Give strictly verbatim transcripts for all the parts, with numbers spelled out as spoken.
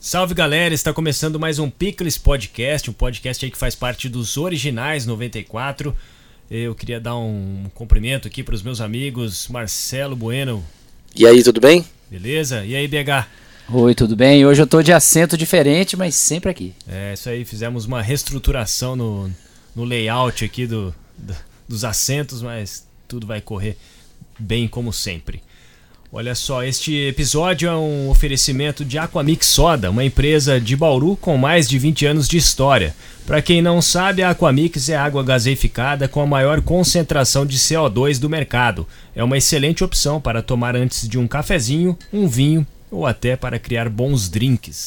Salve galera, está começando mais um Pickles Podcast, um podcast aí que faz parte dos Originais noventa e quatro. Eu queria dar um cumprimento aqui para os meus amigos Marcelo Bueno. E aí, tudo bem? Beleza? E aí, B H? Oi, tudo bem? Hoje eu tô de assento diferente, mas sempre aqui. É, isso aí, fizemos uma reestruturação no, no layout aqui do, do, dos assentos, mas tudo vai correr bem como sempre. Olha só, este episódio é um oferecimento de Aquamix Soda, uma empresa de Bauru com mais de vinte anos de história. Para quem não sabe, a Aquamix é água gaseificada com a maior concentração de C O dois do mercado. É uma excelente opção para tomar antes de um cafezinho, um vinho ou até para criar bons drinks.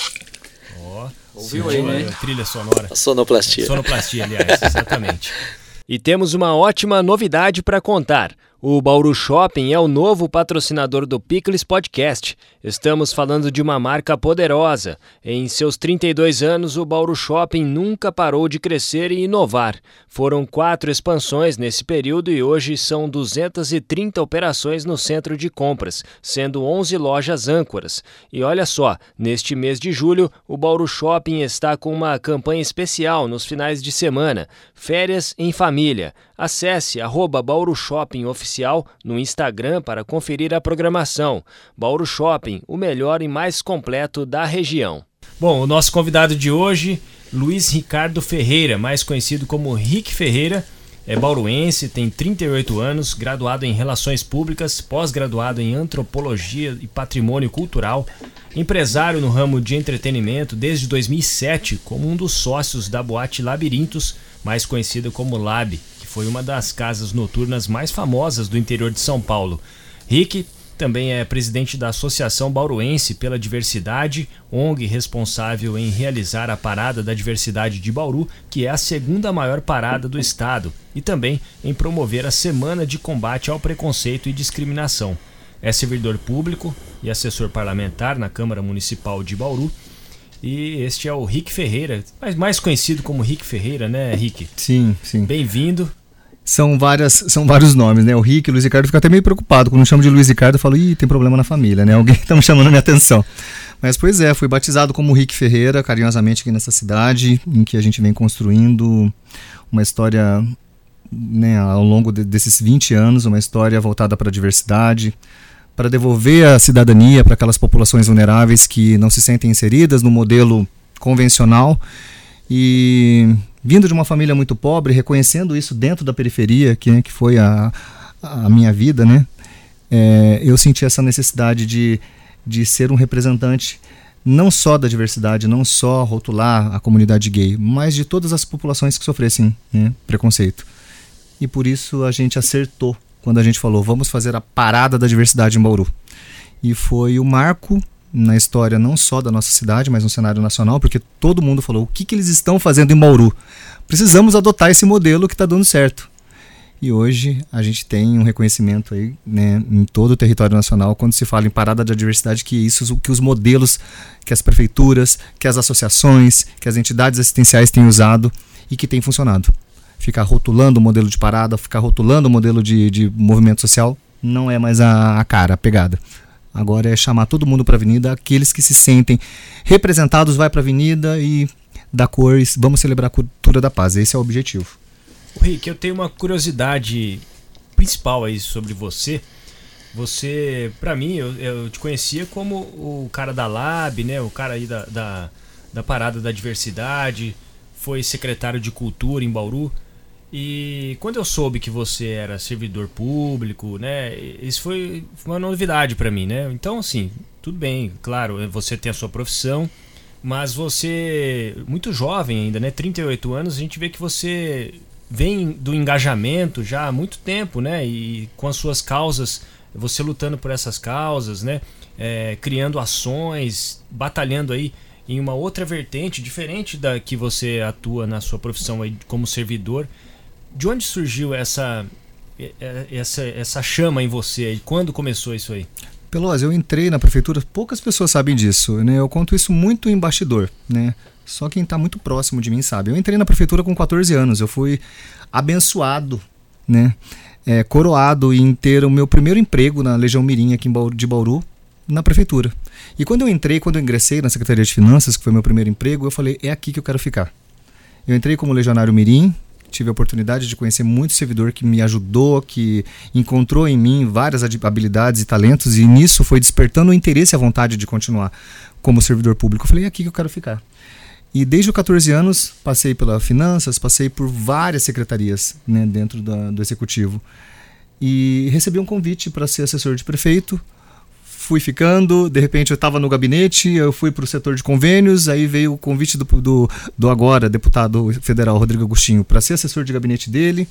Ó, oh, ouviu aí, né? Trilha sonora. A sonoplastia. Sonoplastia, aliás, exatamente. E temos uma ótima novidade para contar. O Bauru Shopping é o novo patrocinador do Pickles Podcast. Estamos falando de uma marca poderosa. Em seus trinta e dois anos, o Bauru Shopping nunca parou de crescer e inovar. Foram quatro expansões nesse período e hoje são duzentas e trinta operações no centro de compras, sendo onze lojas âncoras. E olha só, neste mês de julho, o Bauru Shopping está com uma campanha especial nos finais de semana. Férias em família. Acesse arroba Bauru Shopping Oficial no Instagram para conferir a programação. Bauru Shopping, o melhor e mais completo da região. Bom, o nosso convidado de hoje, Luiz Ricardo Ferreira, mais conhecido como Rick Ferreira, é bauruense, tem trinta e oito anos, graduado em Relações Públicas, pós-graduado em Antropologia e Patrimônio Cultural, empresário no ramo de entretenimento desde dois mil e sete, como um dos sócios da Boate Labirintos, mais conhecida como Lab, que foi uma das casas noturnas mais famosas do interior de São Paulo. Rick também é presidente da Associação Bauruense pela Diversidade, O N G responsável em realizar a Parada da Diversidade de Bauru, que é a segunda maior parada do estado, e também em promover a Semana de Combate ao Preconceito e Discriminação. É servidor público e assessor parlamentar na Câmara Municipal de Bauru. E este é o Rick Ferreira, mas mais conhecido como Rick Ferreira, né, Rick? Sim, sim. Bem-vindo. São, várias, são vários nomes, né? O Rick, o Luiz Ricardo, fica até meio preocupado. Quando eu chamo de Luiz Ricardo, eu falo, ih, tem problema na família, né? Alguém está me chamando a minha atenção. Mas, pois é, fui batizado como Rick Ferreira, carinhosamente aqui nessa cidade, em que a gente vem construindo uma história, né, ao longo de, desses vinte anos, uma história voltada para a diversidade, para devolver a cidadania para aquelas populações vulneráveis que não se sentem inseridas no modelo convencional. E vindo de uma família muito pobre, reconhecendo isso dentro da periferia, que, que foi a, a minha vida, né? É, eu senti essa necessidade de, de ser um representante não só da diversidade, não só rotular a comunidade gay, mas de todas as populações que sofressem, né, preconceito. E por isso a gente acertou quando a gente falou, vamos fazer a Parada da Diversidade em Bauru. E foi o marco na história não só da nossa cidade, mas no cenário nacional, porque todo mundo falou, o que, que eles estão fazendo em Bauru? Precisamos adotar esse modelo que está dando certo. E hoje a gente tem um reconhecimento aí, né, em todo o território nacional, quando se fala em Parada da Diversidade, que isso, que os modelos que as prefeituras, que as associações, que as entidades assistenciais têm usado e que tem funcionado. Ficar rotulando o modelo de parada, ficar rotulando o modelo de, de movimento social, não é mais a, a cara, a pegada. Agora é chamar todo mundo para a avenida, aqueles que se sentem representados, vai para a avenida e dá cores, vamos celebrar a cultura da paz, esse é o objetivo. Rick, eu tenho uma curiosidade principal aí sobre você. Você, para mim, eu, eu te conhecia como o cara da Lab, né? O cara aí da, da, da Parada da Diversidade, foi secretário de Cultura em Bauru. E quando eu soube que você era servidor público, né, isso foi uma novidade para mim, né? Então, assim, tudo bem, claro, você tem a sua profissão, mas você, muito jovem ainda, né, trinta e oito anos, a gente vê que você vem do engajamento já há muito tempo, né, e com as suas causas, você lutando por essas causas, né, é, criando ações, batalhando aí em uma outra vertente, diferente da que você atua na sua profissão aí como servidor. De onde surgiu essa, essa, essa chama em você e quando começou isso aí? Pelosi, eu entrei na prefeitura, poucas pessoas sabem disso, né? Eu conto isso muito em bastidor, né? Só quem está muito próximo de mim sabe. Eu entrei na prefeitura com quatorze anos, eu fui abençoado, né? É, coroado em ter o meu primeiro emprego na Legião Mirim aqui de Bauru, na prefeitura. E quando eu entrei, quando eu ingressei na Secretaria de Finanças, que foi meu primeiro emprego, eu falei, é aqui que eu quero ficar. Eu entrei como legionário mirim, tive a oportunidade de conhecer muito servidor que me ajudou, que encontrou em mim várias habilidades e talentos, e nisso foi despertando o interesse e a vontade de continuar como servidor público. Eu falei, é aqui que eu quero ficar. E desde os catorze anos, passei pela Finanças, passei por várias secretarias, né, dentro da, do Executivo. E recebi um convite para ser assessor de prefeito. Fui ficando, de repente eu estava no gabinete, eu fui para o setor de convênios, aí veio o convite do, do, do agora deputado federal Rodrigo Agostinho para ser assessor de gabinete dele,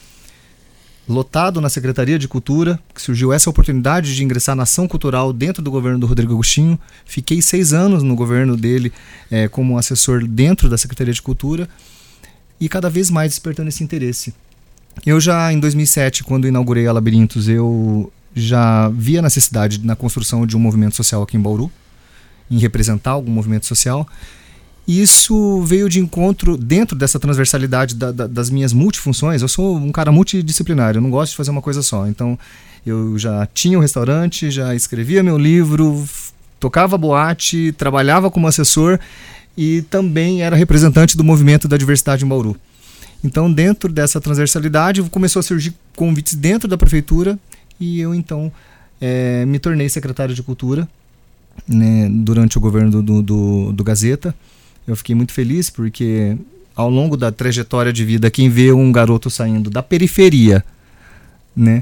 lotado na Secretaria de Cultura, que surgiu essa oportunidade de ingressar na ação cultural dentro do governo do Rodrigo Agostinho. Fiquei seis anos no governo dele é, como assessor dentro da Secretaria de Cultura e cada vez mais despertando esse interesse. Eu já em dois mil e sete, quando inaugurei a Labirintos, eu já via necessidade na construção de um movimento social aqui em Bauru, em representar algum movimento social. E isso veio de encontro dentro dessa transversalidade da, da, das minhas multifunções. Eu sou um cara multidisciplinar, eu não gosto de fazer uma coisa só. Então, eu já tinha um restaurante, já escrevia meu livro, tocava boate, trabalhava como assessor e também era representante do movimento da diversidade em Bauru. Então, dentro dessa transversalidade, começou a surgir convites dentro da prefeitura. E eu, então, é, me tornei secretário de Cultura, né, durante o governo do, do, do, do Gazeta. Eu fiquei muito feliz porque, ao longo da trajetória de vida, quem vê um garoto saindo da periferia, né,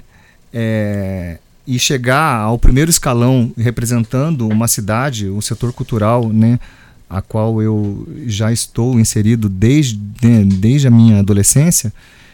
é, e chegar ao primeiro escalão representando uma cidade, o setor cultural, né, a qual eu já estou inserido desde, né, desde a minha adolescência,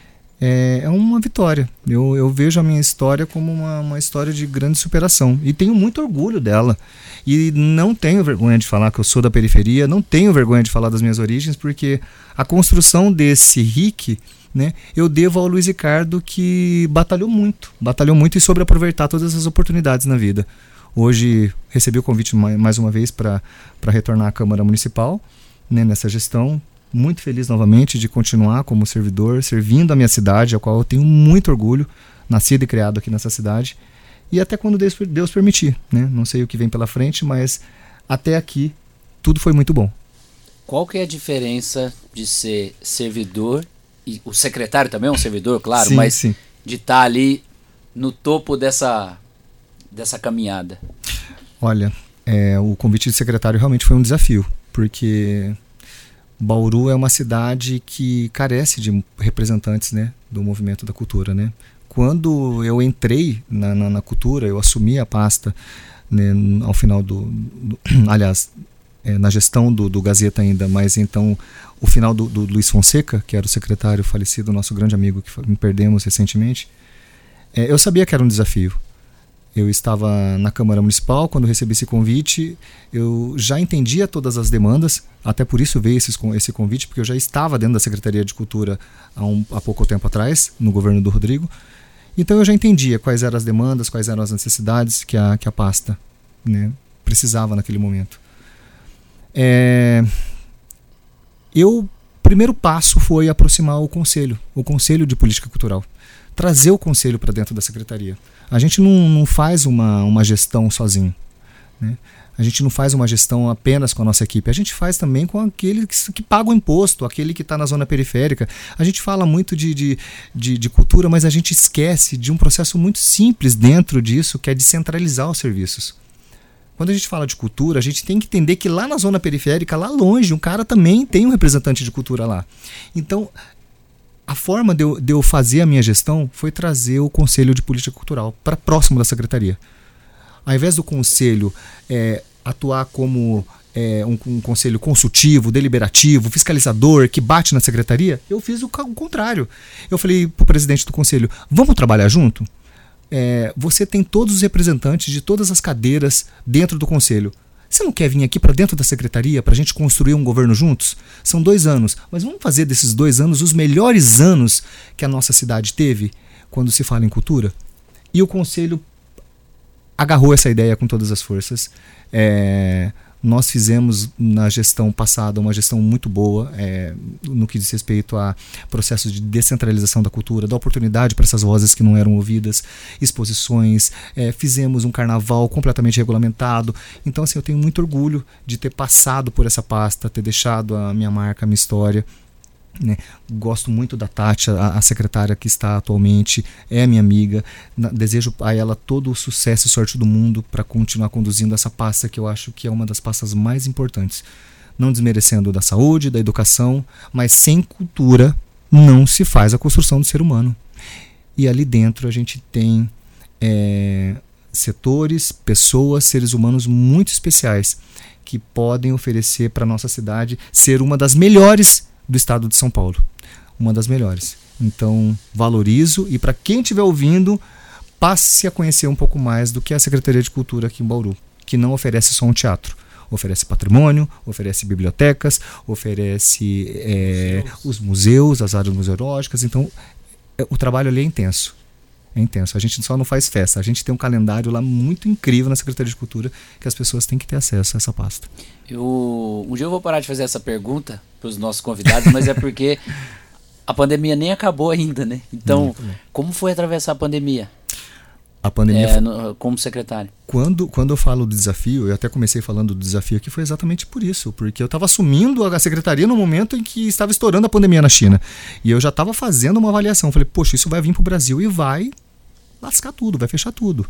é uma vitória. Eu, eu vejo a minha história como uma, uma história de grande superação. E tenho muito orgulho dela. E não tenho vergonha de falar que eu sou da periferia, não tenho vergonha de falar das minhas origens, porque a construção desse R I C, né, eu devo ao Luiz Ricardo, que batalhou muito. Batalhou muito e soube aproveitar todas as oportunidades na vida. Hoje recebi o convite mais uma vez para retornar à Câmara Municipal, né, nessa gestão. Muito feliz novamente de continuar como servidor, servindo a minha cidade, a qual eu tenho muito orgulho, nascido e criado aqui nessa cidade, e até quando Deus, Deus permitir, né? Não sei o que vem pela frente, mas até aqui tudo foi muito bom. Qual que é a diferença de ser servidor, e o secretário também é um servidor, claro, sim, mas sim. de estar ali no topo dessa, dessa caminhada? Olha, é, o convite de secretário realmente foi um desafio, porque Bauru é uma cidade que carece de representantes, né, do movimento da cultura, né? Quando eu entrei na, na, na cultura, eu assumi a pasta, né, ao final do, do aliás, é, na gestão do, do Gazeta ainda, mas então o final do, do Luiz Fonseca, que era o secretário falecido, nosso grande amigo que me perdemos recentemente, é, eu sabia que era um desafio. Eu estava na Câmara Municipal, quando recebi esse convite, eu já entendia todas as demandas, até por isso veio esse, esse convite, porque eu já estava dentro da Secretaria de Cultura há, um, há pouco tempo atrás, no governo do Rodrigo. Então eu já entendia quais eram as demandas, quais eram as necessidades que a, que a pasta, né, precisava naquele momento. É, eu, o primeiro passo foi aproximar o Conselho, o Conselho de Política Cultural. Trazer o Conselho para dentro da Secretaria. A gente não, não faz uma, uma gestão sozinho, né? A gente não faz uma gestão apenas com a nossa equipe, a gente faz também com aquele que, que paga o imposto, aquele que está na zona periférica. A gente fala muito de, de, de, de cultura, mas a gente esquece de um processo muito simples dentro disso, que é descentralizar os serviços. Quando a gente fala de cultura, a gente tem que entender que lá na zona periférica, lá longe, um cara também tem um representante de cultura lá. Então, a forma de eu, de eu fazer a minha gestão foi trazer o Conselho de Política Cultural para próximo da Secretaria. Ao invés do Conselho é, atuar como é, um, um conselho consultivo, deliberativo, fiscalizador, que bate na Secretaria, eu fiz o, o contrário. Eu falei para o presidente do Conselho, vamos trabalhar junto? É, você tem todos os representantes de todas as cadeiras dentro do Conselho. Você não quer vir aqui para dentro da Secretaria para a gente construir um governo juntos? São dois anos, mas vamos fazer desses dois anos os melhores anos que a nossa cidade teve quando se fala em cultura? E o Conselho agarrou essa ideia com todas as forças. É, Nós fizemos na gestão passada uma gestão muito boa é, no que diz respeito a processos de descentralização da cultura, da oportunidade para essas vozes que não eram ouvidas, exposições, é, fizemos um carnaval completamente regulamentado. Então assim, eu tenho muito orgulho de ter passado por essa pasta, ter deixado a minha marca, a minha história. Né? Gosto muito da Tati, a, a secretária que está atualmente, é minha amiga. Na, desejo a ela todo o sucesso e sorte do mundo para continuar conduzindo essa pasta, que eu acho que é uma das pastas mais importantes. Não desmerecendo da saúde, da educação, mas sem cultura não se faz a construção do ser humano. E ali dentro a gente tem é, setores, pessoas, seres humanos muito especiais que podem oferecer para a nossa cidade ser uma das melhores do estado de São Paulo, uma das melhores. Então valorizo, e para quem estiver ouvindo, passe a conhecer um pouco mais do que é a Secretaria de Cultura aqui em Bauru, que não oferece só um teatro, oferece patrimônio, oferece bibliotecas, oferece é, os museus, as áreas museológicas. Então é, o trabalho ali é intenso. É intenso. A gente só não faz festa. A gente tem um calendário lá muito incrível na Secretaria de Cultura, que as pessoas têm que ter acesso a essa pasta. Eu, um dia eu vou parar de fazer essa pergunta para os nossos convidados, mas é porque a pandemia nem acabou ainda, né? Então, como foi atravessar a pandemia? A pandemia é, foi... no, como secretário. Quando, quando eu falo do desafio, eu até comecei falando do desafio aqui, foi exatamente por isso, porque eu estava assumindo a secretaria no momento em que estava estourando a pandemia na China. E eu já estava fazendo uma avaliação. Falei, poxa, isso vai vir para o Brasil e vai lascar tudo, vai fechar tudo.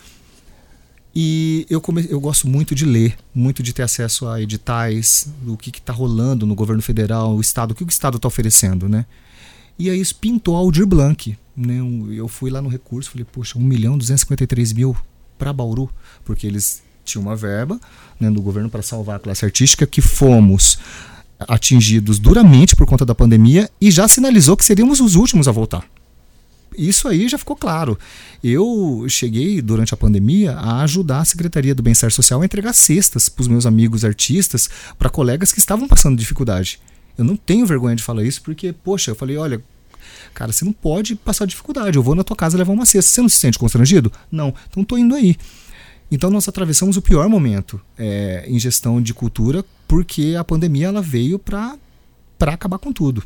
E eu, come... eu gosto muito de ler, muito de ter acesso a editais, do que está rolando no governo federal, o Estado, o que o Estado está oferecendo, né? E aí isso pintou a Aldir Blanc. Né? Eu fui lá no recurso, falei, poxa, um milhão duzentos e cinquenta e três mil para Bauru, porque eles tinham uma verba, né, do governo para salvar a classe artística, que fomos atingidos duramente por conta da pandemia e já sinalizou que seríamos os últimos a voltar. Isso aí já ficou claro. Eu cheguei durante a pandemia a ajudar a Secretaria do Bem-Estar Social a entregar cestas para os meus amigos artistas, para colegas que estavam passando dificuldade. Eu não tenho vergonha de falar isso, porque, poxa, eu falei, olha, cara, você não pode passar dificuldade. Eu vou na tua casa levar uma cesta. Você não se sente constrangido? Não. Então estou indo aí. Então nós atravessamos o pior momento é, em gestão de cultura, porque a pandemia ela veio para para acabar com tudo.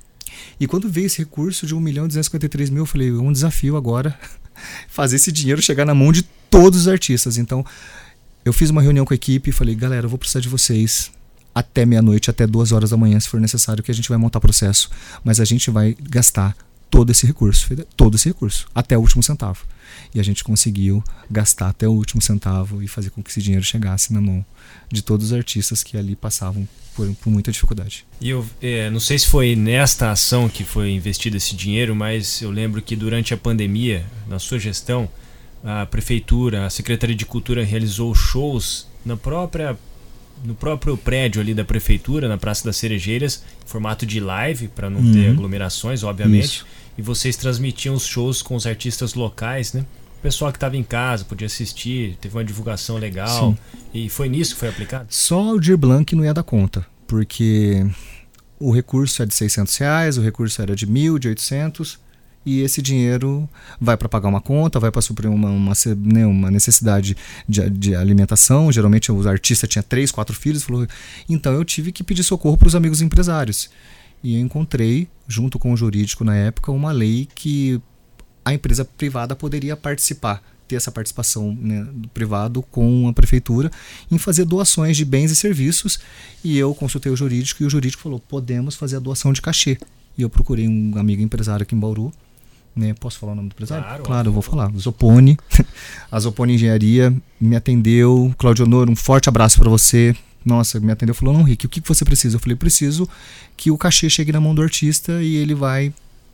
E quando veio esse recurso de um milhão duzentos e cinquenta e três mil, eu falei, é um desafio agora fazer esse dinheiro chegar na mão de todos os artistas. Então eu fiz uma reunião com a equipe e falei, galera, eu vou precisar de vocês até meia-noite, até duas horas da manhã, se for necessário, que a gente vai montar processo. Mas a gente vai gastar todo esse recurso, todo esse recurso, até o último centavo. E a gente conseguiu gastar até o último centavo e fazer com que esse dinheiro chegasse na mão de todos os artistas que ali passavam por, por muita dificuldade. E eu é, não sei se foi nesta ação que foi investido esse dinheiro, mas eu lembro que durante a pandemia, na sua gestão, a Prefeitura, a Secretaria de Cultura realizou shows na própria... no próprio prédio ali da prefeitura, na Praça das Cerejeiras, em formato de live, para não uhum. ter aglomerações, obviamente. Isso. E vocês transmitiam os shows com os artistas locais, né? O pessoal que estava em casa podia assistir, teve uma divulgação legal. Sim. E foi nisso que foi aplicado? Só o Aldir Blanc não ia dar conta, porque o recurso é de seiscentos reais, o recurso era de mil, de oitocentos, e esse dinheiro vai para pagar uma conta, vai para suprir uma, uma, né, uma necessidade de, de alimentação. Geralmente os artistas tinham três, quatro filhos, falou, então eu tive que pedir socorro para os amigos empresários. E eu encontrei, junto com o jurídico na época, uma lei que a empresa privada poderia participar, ter essa participação, né, do privado com a prefeitura em fazer doações de bens e serviços. E eu consultei o jurídico e o jurídico falou, podemos fazer a doação de cachê. E eu procurei um amigo empresário aqui em Bauru. Né, posso falar o nome do empresário? Claro, claro eu vou falar. Zoponi. A Zoponi Engenharia me atendeu. Claudio Honor, um forte abraço para você. Nossa, me atendeu, falou, não, Rick, o que você precisa? Eu falei, preciso que o cachê chegue na mão do artista e ele vai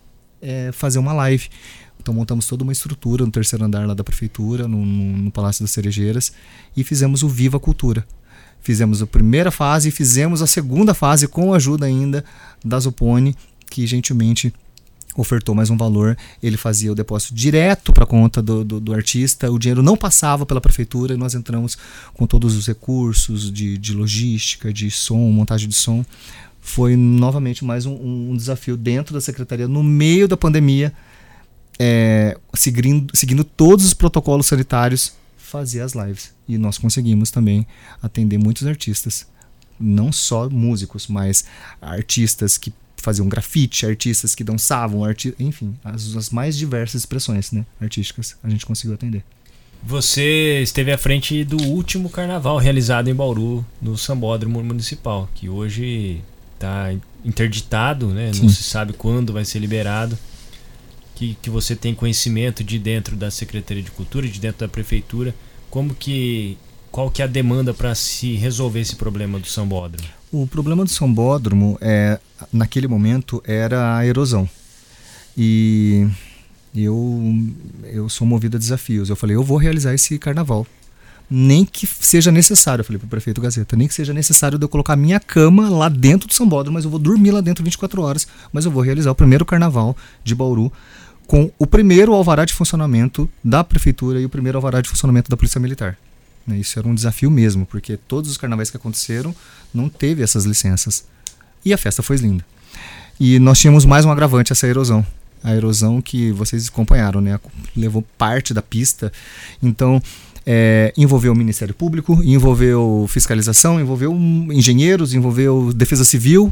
é, fazer uma live. Então montamos toda uma estrutura no terceiro andar lá da prefeitura, no, no Palácio das Cerejeiras, e fizemos o Viva Cultura. Fizemos a primeira fase e fizemos a segunda fase com a ajuda ainda da Zoponi, que gentilmente ofertou mais um valor. Ele fazia o depósito direto para a conta do, do, do artista, o dinheiro não passava pela prefeitura e nós entramos com todos os recursos de, de logística, de som, montagem de som. Foi novamente mais um, um desafio dentro da secretaria, no meio da pandemia, é, seguindo, seguindo todos os protocolos sanitários, fazer as lives. E nós conseguimos também atender muitos artistas. Não só músicos, mas artistas que faziam grafite, artistas que dançavam, arti- enfim, as, as mais diversas expressões, né, artísticas, a gente conseguiu atender. Você esteve à frente do último carnaval realizado em Bauru, no Sambódromo Municipal, que hoje está interditado, né? Não se sabe quando vai ser liberado. Que, que você tem conhecimento de dentro da Secretaria de Cultura, de dentro da Prefeitura, como que, qual que é a demanda para se resolver esse problema do Sambódromo? O problema do Sambódromo, é, naquele momento, era a erosão. E eu, eu sou movido a desafios. Eu falei, eu vou realizar esse carnaval. Nem que seja necessário, eu falei para o prefeito Gazeta, nem que seja necessário de eu colocar minha cama lá dentro do Sambódromo, mas eu vou dormir lá dentro vinte e quatro horas, mas eu vou realizar o primeiro carnaval de Bauru com o primeiro alvará de funcionamento da prefeitura e o primeiro alvará de funcionamento da Polícia Militar. Isso era um desafio mesmo, porque todos os carnavais que aconteceram não teve essas licenças. E a festa foi linda. E nós tínhamos mais um agravante, essa erosão. A erosão que vocês acompanharam, né? Levou parte da pista. Então, é, envolveu o Ministério Público, envolveu fiscalização, envolveu engenheiros, envolveu Defesa Civil.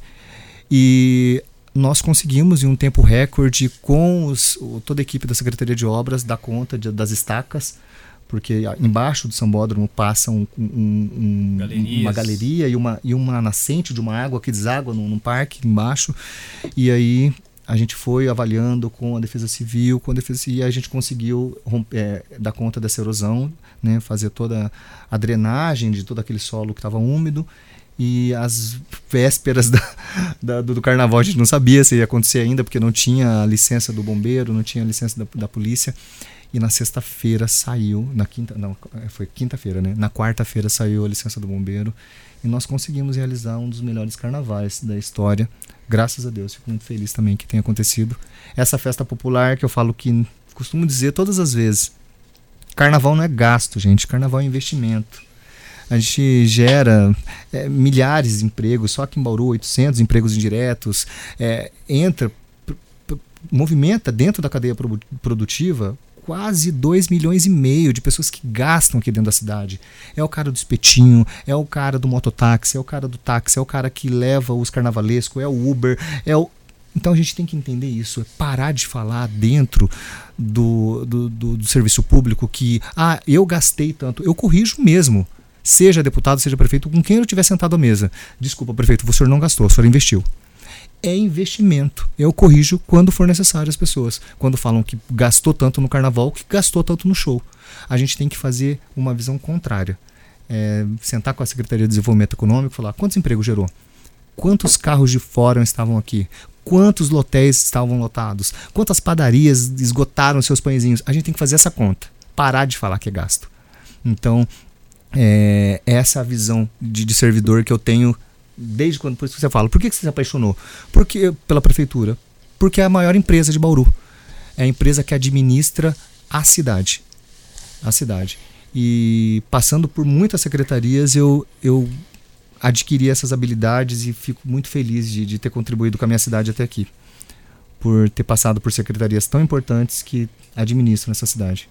E nós conseguimos, em um tempo recorde, com os, toda a equipe da Secretaria de Obras, dar conta de, das estacas, porque embaixo do Sambódromo passa um, um, um, uma galeria e uma, e uma nascente de uma água que deságua num, num parque embaixo. E aí a gente foi avaliando com a Defesa Civil, com a Defesa Civil, e a gente conseguiu romper, é, dar conta dessa erosão, né, fazer toda a drenagem de todo aquele solo que estava úmido. E as vésperas da, da, do, do carnaval a gente não sabia se ia acontecer ainda, porque não tinha a licença do bombeiro, não tinha a licença da, da polícia. E na sexta-feira saiu, na quinta, não, foi quinta-feira, né? Na quarta-feira saiu a licença do bombeiro e nós conseguimos realizar um dos melhores carnavais da história. Graças a Deus, fico muito feliz também que tenha acontecido. Essa festa popular que eu falo que costumo dizer todas as vezes, carnaval não é gasto, gente, carnaval é investimento. A gente gera é, milhares de empregos, só aqui em Bauru, oitocentos empregos indiretos, é, entra, p- p- movimenta dentro da cadeia pro- produtiva quase dois milhões e meio de pessoas que gastam aqui dentro da cidade. É o cara do espetinho, é o cara do mototáxi, é o cara do táxi, é o cara que leva os carnavalescos, é o Uber, é o... Então a gente tem que entender isso, é parar de falar dentro do, do, do, do serviço público que, ah, eu gastei tanto, eu corrijo mesmo. Seja deputado, seja prefeito, com quem eu estiver sentado à mesa. Desculpa, prefeito, o senhor não gastou, o senhor investiu. É investimento. Eu corrijo quando for necessário as pessoas. Quando falam que gastou tanto no carnaval, que gastou tanto no show. A gente tem que fazer uma visão contrária. É, sentar com a Secretaria de Desenvolvimento Econômico e falar quantos empregos gerou? Quantos carros de fora estavam aqui? Quantos lotéis estavam lotados? Quantas padarias esgotaram seus pãezinhos? A gente tem que fazer essa conta. Parar de falar que é gasto. Então, é, essa é a visão de, de servidor que eu tenho desde quando. Por isso que você fala, por que você se apaixonou? Porque, pela prefeitura. Porque é a maior empresa de Bauru. É a empresa que administra a cidade. A cidade. E passando por muitas secretarias, eu, eu adquiri essas habilidades e fico muito feliz de, de ter contribuído com a minha cidade até aqui. Por ter passado por secretarias tão importantes que administram essa cidade.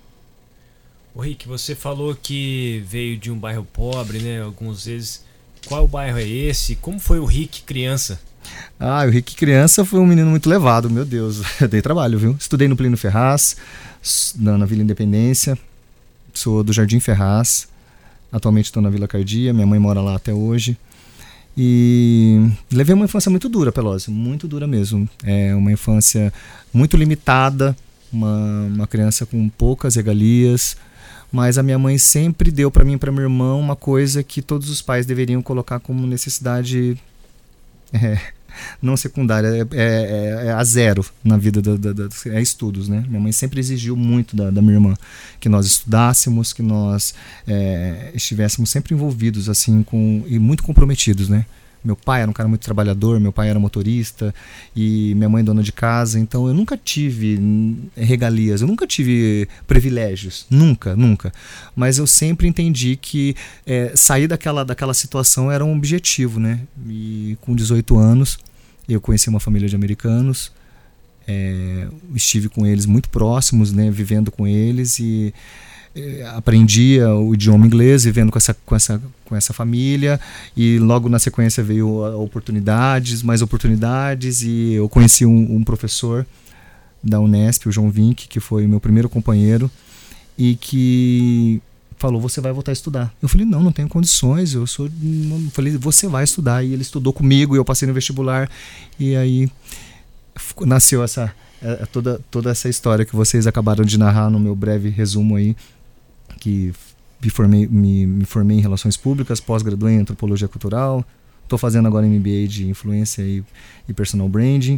Ô Rick, você falou que veio de um bairro pobre, né? Algumas vezes. Qual bairro é esse? Como foi o Rick criança? Ah, o Rick criança foi um menino muito levado, meu Deus. Eu dei trabalho, viu? Estudei no Plínio Ferraz, na, na Vila Independência. Sou do Jardim Ferraz. Atualmente estou na Vila Cardia, minha mãe mora lá até hoje. E levei uma infância muito dura, Pelosi, muito dura mesmo. É uma infância muito limitada, uma, uma criança com poucas regalias. Mas a minha mãe sempre deu para mim e para minha irmã uma coisa que todos os pais deveriam colocar como necessidade é, não secundária, é, é, é a zero na vida, da, da, da, é estudos, né? Minha mãe sempre exigiu muito da, da minha irmã, que nós estudássemos, que nós é, estivéssemos sempre envolvidos assim, com, e muito comprometidos, né? Meu pai era um cara muito trabalhador, meu pai era motorista e minha mãe dona de casa, então eu nunca tive regalias, eu nunca tive privilégios, nunca, nunca. Mas eu sempre entendi que é, sair daquela, daquela situação era um objetivo, né? E com dezoito anos eu conheci uma família de americanos, é, estive com eles muito próximos, né? Vivendo com eles e eh, aprendia o idioma inglês, vivendo com essa, com, essa, com essa família, e logo na sequência veio a, oportunidades, mais oportunidades, e eu conheci um, um professor da Unesp, o João Vink, que foi o meu primeiro companheiro, e que falou, você vai voltar a estudar. Eu falei, não, não tenho condições, eu sou... Eu falei, você vai estudar. E ele estudou comigo, eu passei no vestibular, e aí nasceu essa, toda, toda essa história que vocês acabaram de narrar no meu breve resumo aí, que me formei, me, me formei em Relações Públicas, pós-graduei em Antropologia Cultural, estou fazendo agora M B A de Influência e, e Personal Branding,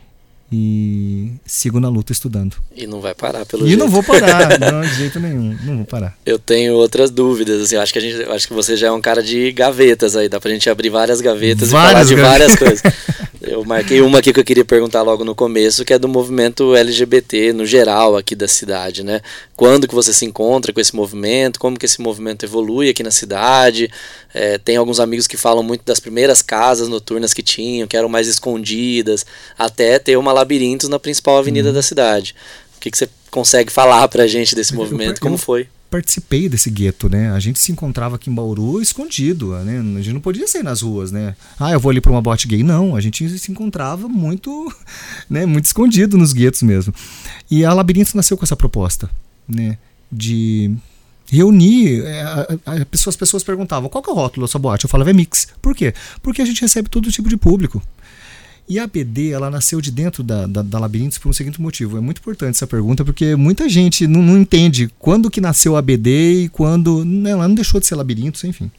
e sigo na luta estudando. E não vai parar, pelo e jeito. E não vou parar, não, de jeito nenhum, não vou parar. Eu tenho outras dúvidas, assim, eu acho que, a gente, eu acho que você já é um cara de gavetas aí, dá pra gente abrir várias gavetas várias e falar de gavetas. várias coisas. Eu marquei uma aqui que eu queria perguntar logo no começo, que é do movimento L G B T no geral aqui da cidade, né? Quando que você se encontra com esse movimento, como que esse movimento evolui aqui na cidade? É, tem alguns amigos que falam muito das primeiras casas noturnas que tinham, que eram mais escondidas, até ter uma labirintos na principal avenida hum. da cidade. O que, que você consegue falar pra gente desse movimento? Eu, como eu foi? Participei desse gueto, né? A gente se encontrava aqui em Bauru escondido, né? A gente não podia sair nas ruas, né? Ah, eu vou ali para uma boate gay. Não, a gente se encontrava muito, né? Muito escondido nos guetos mesmo. E a Labirinto nasceu com essa proposta, né? De reunir, a, a, a pessoa, as pessoas perguntavam, qual que é o rótulo da sua boate? Eu falava, é mix. Por quê? Porque a gente recebe todo tipo de público. E a A B D, ela nasceu de dentro da, da, da Labirintos por um seguinte motivo. É muito importante essa pergunta, porque muita gente não, não entende quando que nasceu a A B D e quando... Não, ela não deixou de ser Labirintos, enfim.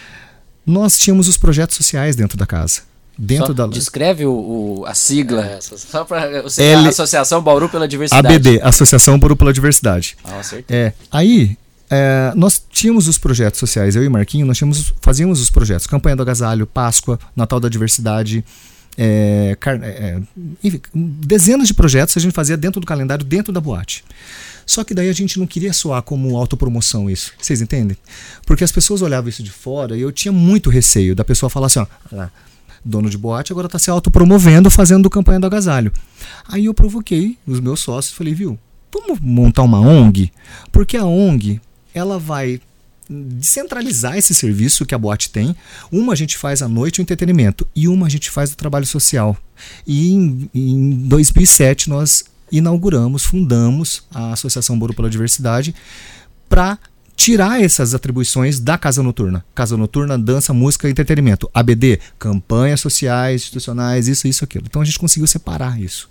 Nós tínhamos os projetos sociais dentro da casa. Dentro só da... Descreve o, o, a sigla. É, só para você L... a Associação Bauru pela Diversidade. A B D, Associação Bauru pela Diversidade. Ah, acertei. É, aí... É, nós tínhamos os projetos sociais, eu e Marquinho, nós tínhamos, fazíamos os projetos. Campanha do Agasalho, Páscoa, Natal da Diversidade... É, é, enfim, dezenas de projetos a gente fazia dentro do calendário, dentro da boate. Só que daí a gente não queria soar como autopromoção isso, vocês entendem? Porque as pessoas olhavam isso de fora e eu tinha muito receio da pessoa falar assim, ó, lá, dono de boate agora está se autopromovendo fazendo campanha do agasalho. Aí eu provoquei os meus sócios, falei, viu, vamos montar uma O N G? Porque a O N G, ela vai descentralizar esse serviço que a boate tem. Uma a gente faz à noite o entretenimento e uma a gente faz o trabalho social. E em, em dois mil e sete nós inauguramos, fundamos a Associação Bauru pela Diversidade para tirar essas atribuições da Casa Noturna. Casa Noturna, dança, música e entretenimento. A B D, campanhas sociais, institucionais, isso, isso, aquilo. Então a gente conseguiu separar isso.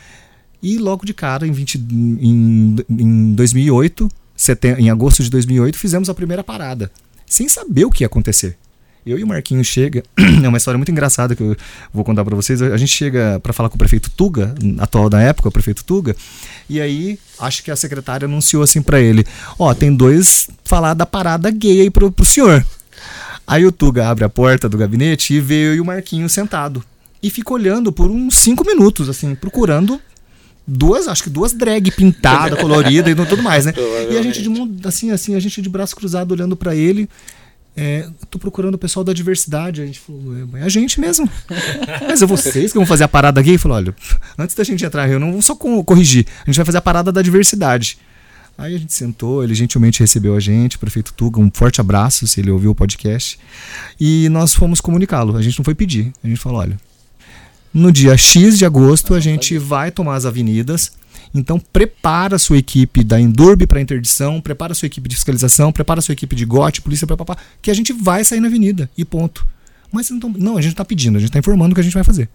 E logo de cara, em, vinte, em, em dois mil e oito, Setembro, em agosto de dois mil e oito, fizemos a primeira parada, sem saber o que ia acontecer. Eu e o Marquinhos chega, é uma história muito engraçada que eu vou contar para vocês. A gente chega para falar com o prefeito Tuga, atual da época, o prefeito Tuga, e aí acho que a secretária anunciou assim para ele, ó, oh, tem dois falar da parada gay aí pro, pro senhor. Aí o Tuga abre a porta do gabinete e vê eu e o Marquinhos sentado e fica olhando por uns cinco minutos, assim, procurando duas, acho que duas drag pintada, colorida e tudo mais, né? E a gente de mundo, assim, assim, a gente de braço cruzado olhando pra ele, é, tô procurando o pessoal da diversidade. A gente falou, é a gente mesmo. Mas é vocês que vão fazer a parada gay? Ele falou, olha, antes da gente entrar, eu não vou só corrigir, a gente vai fazer a parada da diversidade. Aí a gente sentou, ele gentilmente recebeu a gente, o prefeito Tuga, um forte abraço, se ele ouviu o podcast, e nós fomos comunicá-lo. A gente não foi pedir, a gente falou, olha, no dia X de agosto, a gente vai tomar as avenidas. Então, prepara a sua equipe da Endurbe para interdição, prepara a sua equipe de fiscalização, prepara a sua equipe de G O T, polícia, papapá, que a gente vai sair na avenida. E ponto. Mas não, não, a gente não está pedindo, a gente está informando o que a gente vai fazer.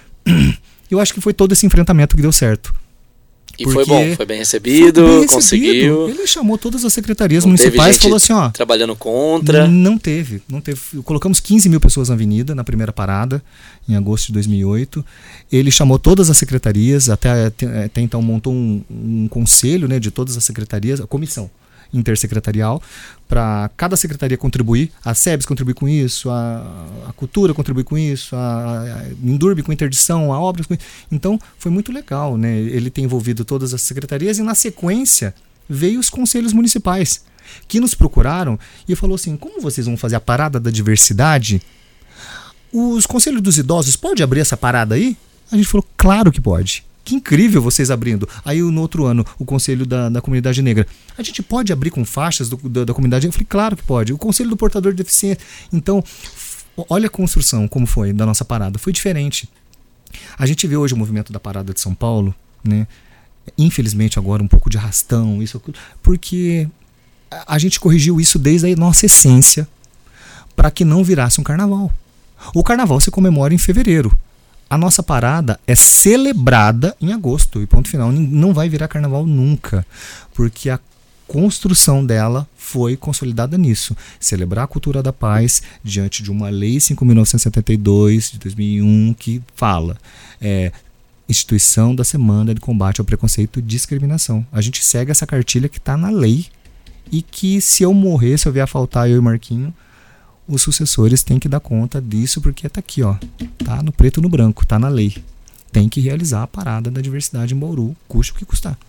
Eu acho que foi todo esse enfrentamento que deu certo. E foi bom, foi bem recebido, foi bem recebido, conseguiu. Ele chamou todas as secretarias não municipais e falou assim, ó, trabalhando contra. Não teve, não teve. Colocamos quinze mil pessoas na avenida na primeira parada, em agosto de dois mil e oito. Ele chamou todas as secretarias, até, até então montou um, um conselho, né, de todas as secretarias, a comissão intersecretarial, para cada secretaria contribuir. A SEBS contribui com isso, a, a Cultura contribui com isso, a, a Endurbe com interdição, a Obras com isso. Então foi muito legal, né? Ele tem envolvido todas as secretarias e na sequência veio os conselhos municipais que nos procuraram e falou assim, como vocês vão fazer a parada da diversidade? Os conselhos dos idosos, pode abrir essa parada aí? A gente falou, claro que pode. que incrível vocês abrindo. Aí no outro ano, o Conselho da, da Comunidade Negra. A gente pode abrir com faixas do, da, da comunidade? Eu falei, claro que pode. O Conselho do Portador de Deficiência. Então, olha a construção, como foi da nossa parada. Foi diferente. A gente vê hoje o movimento da parada de São Paulo, né? Infelizmente agora um pouco de arrastão, isso, porque a gente corrigiu isso desde a nossa essência para que não virasse um carnaval. O carnaval se comemora em fevereiro. A nossa parada é celebrada em agosto e ponto final. Não vai virar carnaval nunca, porque a construção dela foi consolidada nisso. Celebrar a cultura da paz diante de uma lei cinco mil novecentos e setenta e dois de dois mil e um que fala é, instituição da Semana de Combate ao Preconceito e Discriminação. A gente segue essa cartilha que está na lei e que se eu morrer, se eu vier a faltar eu e o Marquinho, os sucessores têm que dar conta disso, porque tá aqui, ó, tá no preto e no branco, tá na lei. Tem que realizar a parada da diversidade em Bauru, custe o que custar.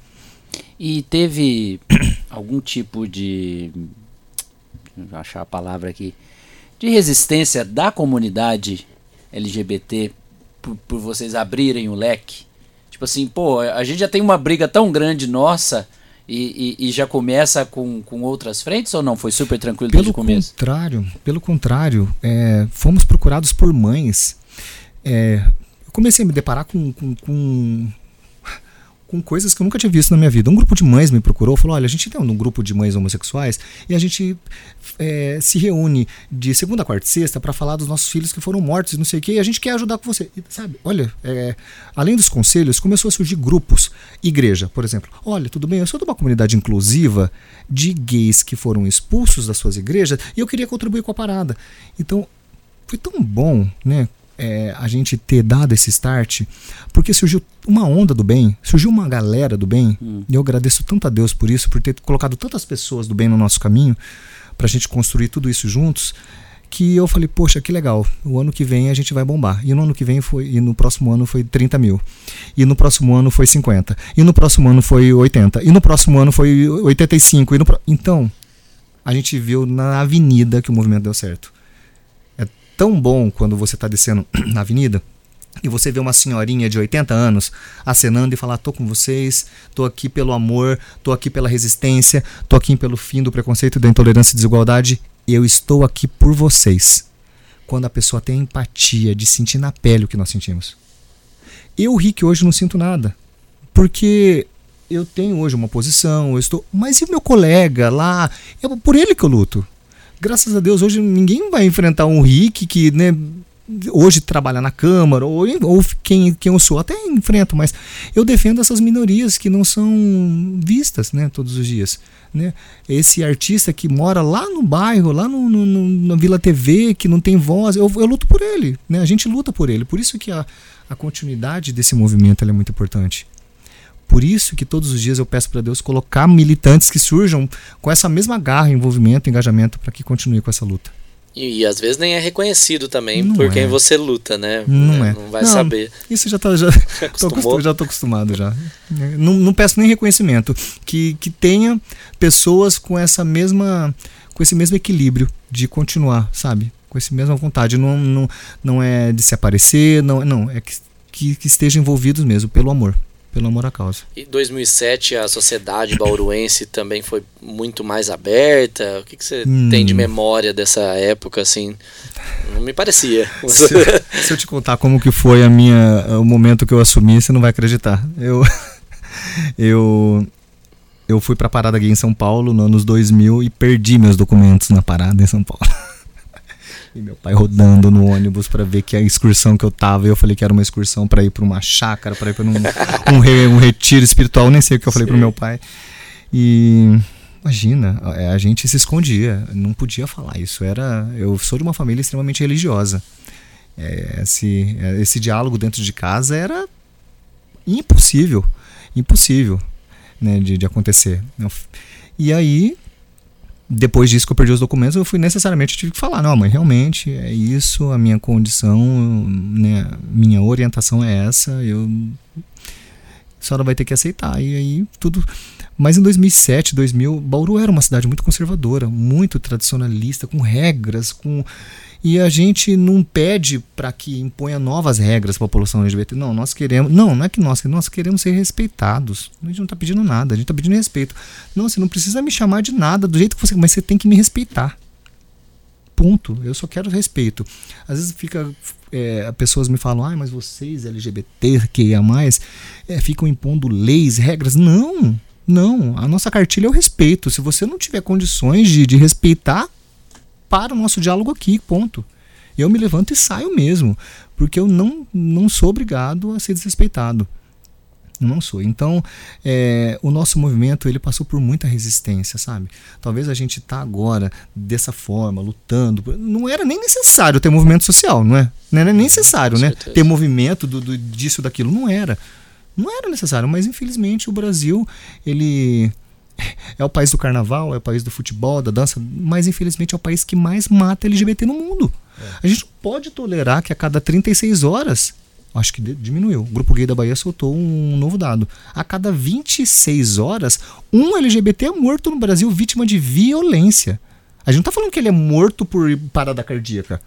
E teve algum tipo de, vou achar a palavra aqui, de resistência da comunidade L G B T por, por vocês abrirem o leque? Tipo assim, pô, a gente já tem uma briga tão grande nossa e, e, e já começa com, com outras frentes ou não? Foi super tranquilo desde o começo? Contrário, pelo contrário, é, fomos procurados por mães. É, eu comecei a me deparar com... com, com com coisas que eu nunca tinha visto na minha vida. Um grupo de mães me procurou, falou, olha, a gente tem um grupo de mães homossexuais e a gente é, se reúne de segunda, quarta e sexta para falar dos nossos filhos que foram mortos e não sei o que, e a gente quer ajudar com você. E, sabe, olha, é, além dos conselhos, começou a surgir grupos. Igreja, por exemplo. Olha, tudo bem, eu sou de uma comunidade inclusiva de gays que foram expulsos das suas igrejas e eu queria contribuir com a parada. Então, foi tão bom, né? É, a gente ter dado esse start, porque surgiu uma onda do bem, surgiu uma galera do bem, hum. e eu agradeço tanto a Deus por isso, por ter colocado tantas pessoas do bem no nosso caminho, pra gente construir tudo isso juntos, que eu falei, poxa, que legal, o ano que vem a gente vai bombar, e no ano que vem foi, e no próximo ano foi trinta mil, e no próximo ano foi cinquenta, e no próximo ano foi oitenta, e no próximo ano foi oitenta e cinco, e no pro... então, a gente viu na avenida que o movimento deu certo. Tão bom quando você está descendo na avenida e você vê uma senhorinha de oitenta anos acenando e falar, tô com vocês, tô aqui pelo amor, tô aqui pela resistência, tô aqui pelo fim do preconceito, da intolerância e desigualdade, eu estou aqui por vocês. Quando a pessoa tem a empatia de sentir na pele o que nós sentimos. Eu, Rick, hoje não sinto nada, porque eu tenho hoje uma posição, eu estou, mas e o meu colega lá? É por ele que eu luto. Graças a Deus, hoje ninguém vai enfrentar um Rick que, né, hoje trabalha na Câmara, ou, ou quem, quem eu sou, até enfrento, mas eu defendo essas minorias que não são vistas, né, todos os dias. Né? Esse artista que mora lá no bairro, lá no, no, no, na Vila T V, que não tem voz, eu, eu luto por ele, né? A gente luta por ele. Por isso que a, a continuidade desse movimento ela é muito importante. Por isso que todos os dias eu peço para Deus colocar militantes que surjam com essa mesma garra, envolvimento, engajamento para que continue com essa luta. E, e às vezes nem é reconhecido também não por é. quem você luta, né? Não é. Não vai não, saber. Isso já tá, já tô acostumado, já tô acostumado já. Não, não peço nem reconhecimento, que que tenha pessoas com essa mesma, com esse mesmo equilíbrio de continuar, sabe? Com essa mesma vontade. Não, não, não é de se aparecer, não, não é que, que, que estejam envolvidos mesmo pelo amor. Pelo amor à causa. E em dois mil e sete a sociedade bauruense também foi muito mais aberta? O que, que você hum. tem de memória dessa época, assim? Não me parecia. Se eu, se eu te contar como que foi a minha, o momento que eu assumi, você não vai acreditar. Eu, eu, eu fui pra parada gay em São Paulo nos anos dois mil e perdi meus documentos na parada em São Paulo. E meu pai rodando no ônibus para ver que a excursão que eu tava, eu falei que era uma excursão para ir para uma chácara, para ir para um, um, re, um retiro espiritual, nem sei o que eu falei Sim. pro meu pai. E imagina, a gente se escondia, não podia falar isso. Era, eu sou de uma família extremamente religiosa. É, esse, esse diálogo dentro de casa era impossível, impossível, né, de, de acontecer. E aí depois disso que eu perdi os documentos, eu fui necessariamente tive que falar, não, mãe, realmente é isso, a minha condição, né, minha orientação é essa, eu a senhora vai ter que aceitar. E aí tudo, Mas em dois mil e sete, dois mil, Bauru era uma cidade muito conservadora, muito tradicionalista, com regras, com... E a gente não pede para que imponha novas regras para a população L G B T. Não, nós queremos... Não, não é que nós, nós queremos ser respeitados. A gente não está pedindo nada, a gente está pedindo respeito. Não, você não precisa me chamar de nada do jeito que você... Mas você tem que me respeitar. Ponto. Eu só quero respeito. Às vezes fica... É, pessoas me falam, ah, mas vocês L G B T Q I A mais, é, ficam impondo leis, regras. Não, não. A nossa cartilha é o respeito. Se você não tiver condições de, de respeitar, para o nosso diálogo aqui, ponto. Eu me levanto e saio mesmo, porque eu não, não sou obrigado a ser desrespeitado. Eu não sou. Então, é, o nosso movimento, ele passou por muita resistência, sabe? Talvez a gente tá agora dessa forma, lutando. Não era nem necessário ter movimento social, não é? Não era nem necessário, né? Ter movimento do, do, disso, daquilo. Não era. Não era necessário, mas infelizmente o Brasil, ele... é o país do carnaval, é o país do futebol, da dança, mas infelizmente é o país que mais mata L G B T no mundo. É. A gente não pode tolerar que a cada trinta e seis horas, acho que diminuiu, o Grupo Gay da Bahia soltou um novo dado, a cada vinte e seis horas, um L G B T é morto no Brasil vítima de violência. A gente não tá falando que ele é morto por parada cardíaca.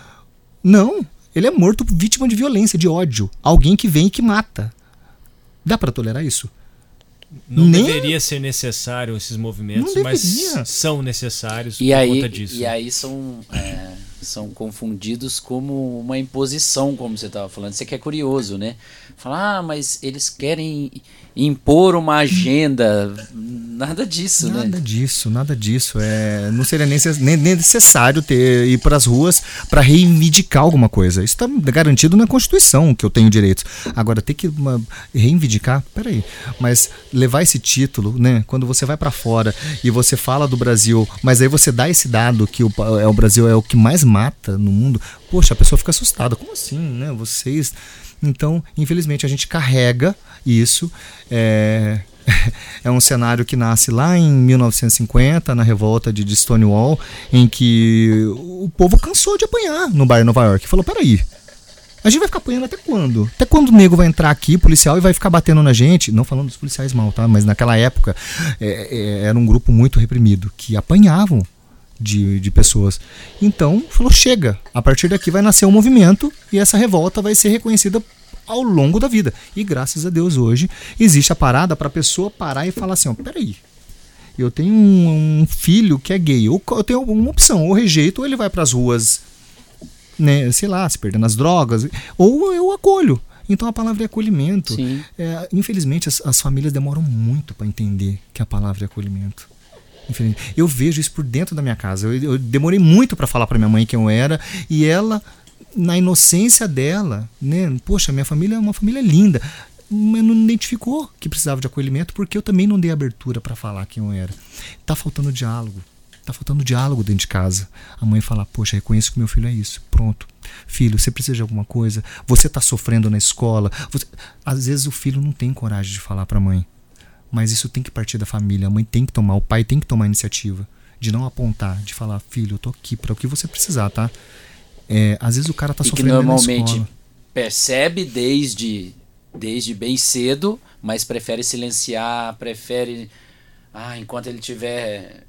Não, ele é morto vítima de violência, de ódio. Alguém que vem e que mata. Dá pra tolerar isso? Não Nem... deveria ser necessário esses movimentos, mas são necessários e por aí, conta disso. E aí são, é, são confundidos como uma imposição, como você estava falando. Isso aqui é curioso, né? Falar, ah, mas eles querem impor uma agenda. Nada disso, nada né? Nada disso, nada disso. É, não seria nem, nem necessário ter, ir para as ruas para reivindicar alguma coisa. Isso está garantido na Constituição, que eu tenho direitos. Agora, ter que uma, reivindicar, peraí, mas levar esse título, né? Quando você vai para fora e você fala do Brasil, mas aí você dá esse dado que o, é, o Brasil é o que mais mata no mundo, poxa, a pessoa fica assustada. Como assim, né? Vocês... Então, infelizmente, a gente carrega isso. É, é um cenário que nasce lá em mil novecentos e cinquenta, na revolta de, de Stonewall, em que o povo cansou de apanhar no bairro de Nova York. Falou, peraí, a gente vai ficar apanhando até quando? Até quando o nego vai entrar aqui, policial, e vai ficar batendo na gente? Não falando dos policiais mal, tá? Mas naquela época é, é, era um grupo muito reprimido, que apanhavam De, de pessoas. Então, falou, chega, a partir daqui vai nascer um movimento e essa revolta vai ser reconhecida ao longo da vida. E graças a Deus hoje existe a parada para a pessoa parar e falar assim, ó, peraí, eu tenho um, um filho que é gay, ou eu tenho uma opção, ou rejeito, ou ele vai para as ruas, né, sei lá, se perdendo nas drogas, ou eu acolho. Então a palavra é acolhimento. É, infelizmente as, as famílias demoram muito para entender que a palavra é acolhimento. Eu vejo isso por dentro da minha casa. Eu, eu demorei muito para falar para minha mãe quem eu era, e ela, na inocência dela, né? Poxa, minha família é uma família linda, mas não identificou que precisava de acolhimento, porque eu também não dei abertura para falar quem eu era. Tá faltando diálogo. Tá faltando diálogo dentro de casa. A mãe fala, poxa, reconheço que meu filho é isso. Pronto. Filho, você precisa de alguma coisa? Você tá sofrendo na escola? Você... Às vezes o filho não tem coragem de falar para a mãe. Mas isso tem que partir da família. A mãe tem que tomar, o pai tem que tomar a iniciativa de não apontar, de falar, filho, eu tô aqui para o que você precisar, tá? É, às vezes o cara tá e sofrendo na escola. Que normalmente percebe desde, desde bem cedo, mas prefere silenciar, prefere, ah, enquanto ele estiver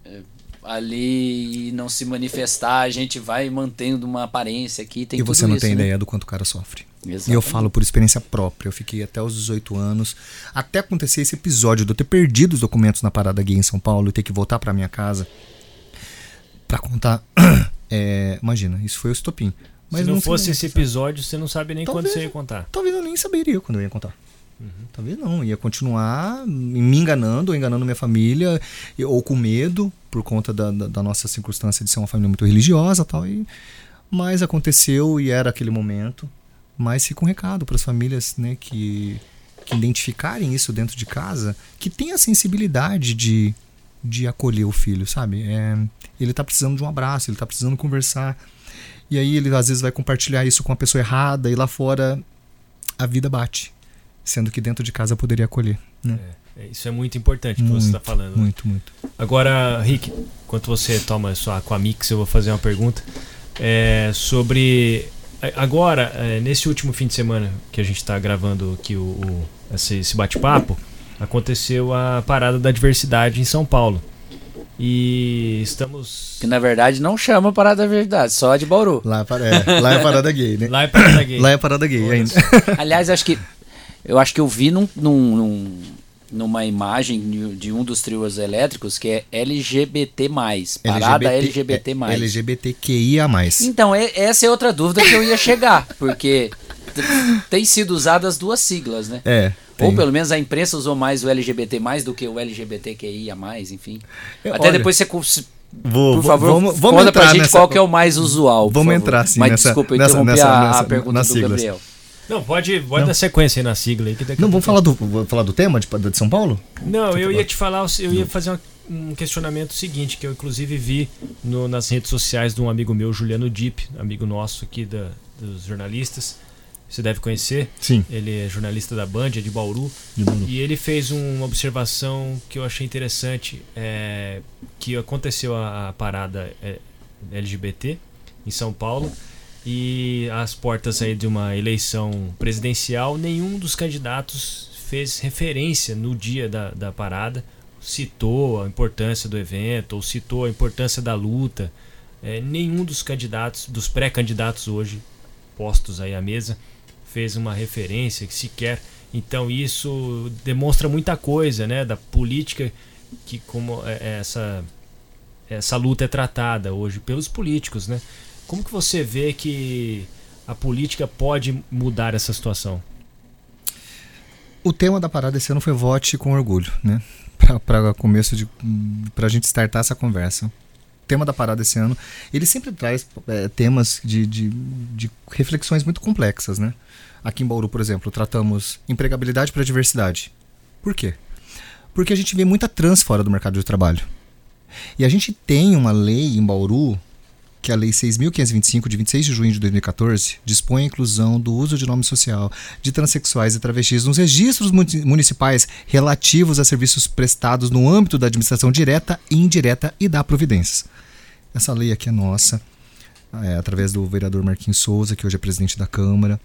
ali e não se manifestar, a gente vai mantendo uma aparência aqui. Tem e você tudo não isso, tem né? ideia do quanto o cara sofre. Exatamente. E eu falo por experiência própria. Eu fiquei até os dezoito anos, até acontecer esse episódio de eu ter perdido os documentos na parada gay em São Paulo e ter que voltar pra minha casa pra contar. É, imagina, isso foi o estopim. Mas Se não, não fosse esse episódio, você não sabe nem talvez, quando você ia contar. Talvez eu nem saberia quando eu ia contar. Uhum. Talvez não, ia continuar me enganando, ou enganando minha família, ou com medo, por conta da, da, da nossa circunstância de ser uma família muito religiosa, tal, e, mas aconteceu e era aquele momento. Mas fica um recado para as famílias, né, que, que identificarem isso dentro de casa, que tem a sensibilidade de, de acolher o filho, sabe? É, ele está precisando de um abraço, ele está precisando conversar, e aí ele às vezes vai compartilhar isso com a pessoa errada, e lá fora a vida bate. Sendo que dentro de casa poderia acolher, né? É, isso é muito importante que você está falando. Muito, né? muito. Agora, Rick, enquanto você toma sua Aquamix, eu vou fazer uma pergunta é, sobre... Agora, é, nesse último fim de semana que a gente está gravando aqui o, o, esse, esse bate-papo, aconteceu a Parada da Diversidade em São Paulo. E estamos... Que na verdade não chama Parada da Diversidade, só de Bauru. Lá é, lá é Parada Gay, né? Lá é Parada Gay. Lá é Parada Gay ainda. Aliás, acho que eu acho que eu vi num, num, num, numa imagem de um dos trios elétricos que é L G B T mais, Parada L G B T mais. L G B T Q I A mais. Então, é, essa é outra dúvida que eu ia chegar, porque tem sido usadas duas siglas, né? É. Tem. Ou pelo menos a imprensa usou mais o L G B T mais do que o L G B T Q I A mais, enfim. Eu, Até olha, depois você, vou, por favor, vamos, vamos conta pra gente nessa, qual que é o mais usual. Vamos favor. entrar sim Mas nessa, desculpa, eu nessa, interrompi nessa, a, nessa, a pergunta do siglas. Gabriel. Não, pode, pode Não. dar sequência aí na sigla aí. Que daqui Não, a vamos pouco- falar do, vou falar do tema de, de São Paulo? Não, eu ia te falar, eu ia fazer uma- um questionamento seguinte, que eu inclusive vi no- nas redes sociais de um amigo meu, Juliano Dipp, amigo nosso aqui da, dos jornalistas. Você deve conhecer. Sim. Ele é jornalista da Band, é de Bauru. De Bauru. E ele fez uma observação que eu achei interessante, é, que aconteceu a, a parada é, L G B T em São Paulo e às portas aí de uma eleição presidencial, nenhum dos candidatos fez referência no dia da, da parada, citou a importância do evento ou citou a importância da luta. É, nenhum dos candidatos, dos pré-candidatos hoje postos aí à mesa, fez uma referência que sequer. Então isso demonstra muita coisa, né, da política, que como essa essa luta é tratada hoje pelos políticos, né? Como que você vê que a política pode mudar essa situação? O tema da parada esse ano foi vote com orgulho, né? Para começo de para a gente startar essa conversa. O tema da parada esse ano, ele sempre traz é, temas de, de, de reflexões muito complexas, né? Aqui em Bauru, por exemplo, tratamos empregabilidade para diversidade. Por quê? Porque a gente vê muita trans fora do mercado de trabalho. E a gente tem uma lei em Bauru, que é a Lei seis mil quinhentos e vinte e cinco, de vinte e seis de junho de dois mil e quatorze, dispõe a inclusão do uso de nome social de transexuais e travestis nos registros municipais relativos a serviços prestados no âmbito da administração direta e indireta e da providências. Essa lei aqui é nossa, é, através do vereador Marquinhos Souza, que hoje é presidente da Câmara.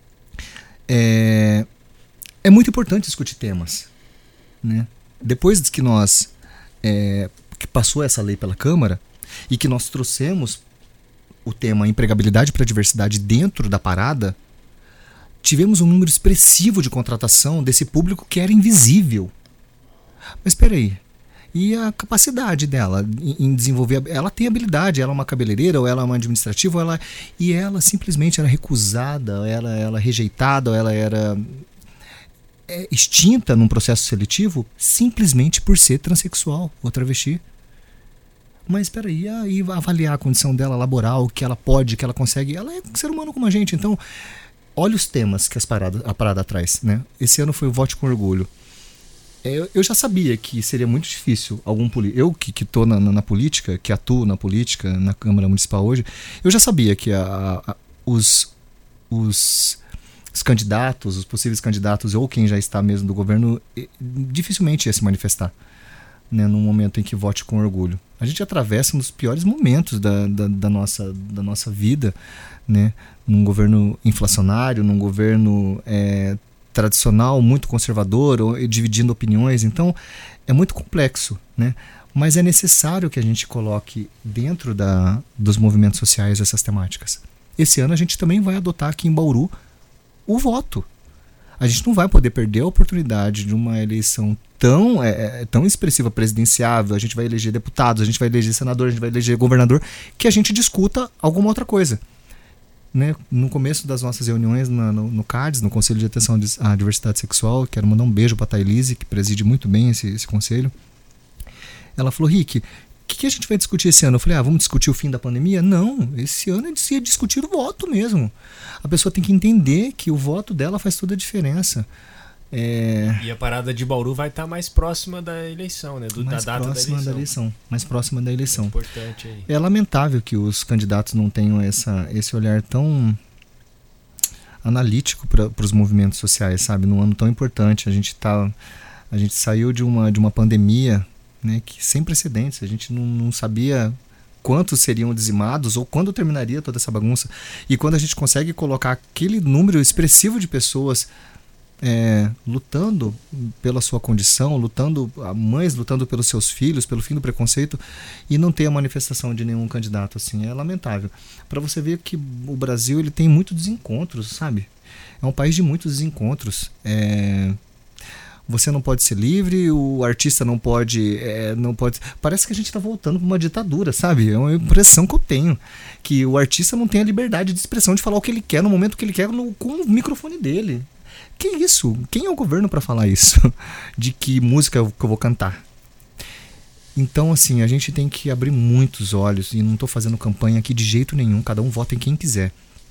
É, é muito importante discutir temas, né? Depois que nós é, que passou essa lei pela Câmara e que nós trouxemos o tema empregabilidade para a diversidade dentro da parada, tivemos um número expressivo de contratação desse público que era invisível. Mas espera aí, e a capacidade dela em desenvolver, ela tem habilidade, ela é uma cabeleireira, ou ela é uma administrativa, ou ela, e ela simplesmente era recusada, ela era rejeitada, ou ela era é, extinta num processo seletivo simplesmente por ser transexual ou travesti. Mas espera aí, aí avaliar a condição dela laboral, o que ela pode, o que ela consegue, ela é um ser humano como a gente. Então, olha os temas que as paradas, a parada traz, né? Esse ano foi o Vote com Orgulho. Eu já sabia que seria muito difícil algum político. Eu que estou na, na, na política, que atuo na política, na Câmara Municipal hoje, eu já sabia que a, a, os, os, os candidatos, os possíveis candidatos, ou quem já está mesmo do governo, dificilmente ia se manifestar, né, num momento em que vote com orgulho. A gente atravessa um dos piores momentos da, da, da, nossa, da nossa vida, né, num governo inflacionário, num governo é, tradicional, muito conservador, ou, dividindo opiniões. Então, é muito complexo, né? Mas é necessário que a gente coloque dentro da, dos movimentos sociais essas temáticas. Esse ano a gente também vai adotar aqui em Bauru o voto. A gente não vai poder perder a oportunidade de uma eleição tão, é, tão expressiva, presidenciável. A gente vai eleger deputados, a gente vai eleger senador, a gente vai eleger governador, que a gente discuta alguma outra coisa. Né? No começo das nossas reuniões no, no, no CADES, no Conselho de Atenção à Diversidade Sexual, quero mandar um beijo para a Thailise, que preside muito bem esse, esse conselho. Ela falou: Rick, o que, que a gente vai discutir esse ano? Eu falei: ah, vamos discutir o fim da pandemia? Não, esse ano é ia discutir o voto mesmo. A pessoa tem que entender que o voto dela faz toda a diferença. É... E a parada de Bauru vai estar mais próxima da eleição, né? Do, mais da data próxima da eleição. da eleição. Mais próxima da eleição. É importante aí. É lamentável que os candidatos não tenham essa, esse olhar tão analítico para os movimentos sociais, sabe? Num ano tão importante. A gente, tá, a gente saiu de uma, de uma pandemia, né, que, sem precedentes. A gente não, não sabia quantos seriam dizimados ou quando terminaria toda essa bagunça. E quando a gente consegue colocar aquele número expressivo de pessoas é, lutando pela sua condição, lutando, mães lutando pelos seus filhos, pelo fim do preconceito, e não ter a manifestação de nenhum candidato assim, é lamentável. Para você ver que o Brasil ele tem muitos desencontros, sabe? É um país de muitos desencontros. É, você não pode ser livre, o artista não pode, é, não pode. Parece que a gente está voltando para uma ditadura, sabe? É uma impressão que eu tenho, que o artista não tem a liberdade de expressão de falar o que ele quer no momento que ele quer no, com o microfone dele. Que isso? Quem é o governo para falar isso? De que música que eu vou cantar? Então, assim, a gente tem que abrir muitos olhos, e não estou fazendo campanha aqui de jeito nenhum, cada um vota em quem quiser.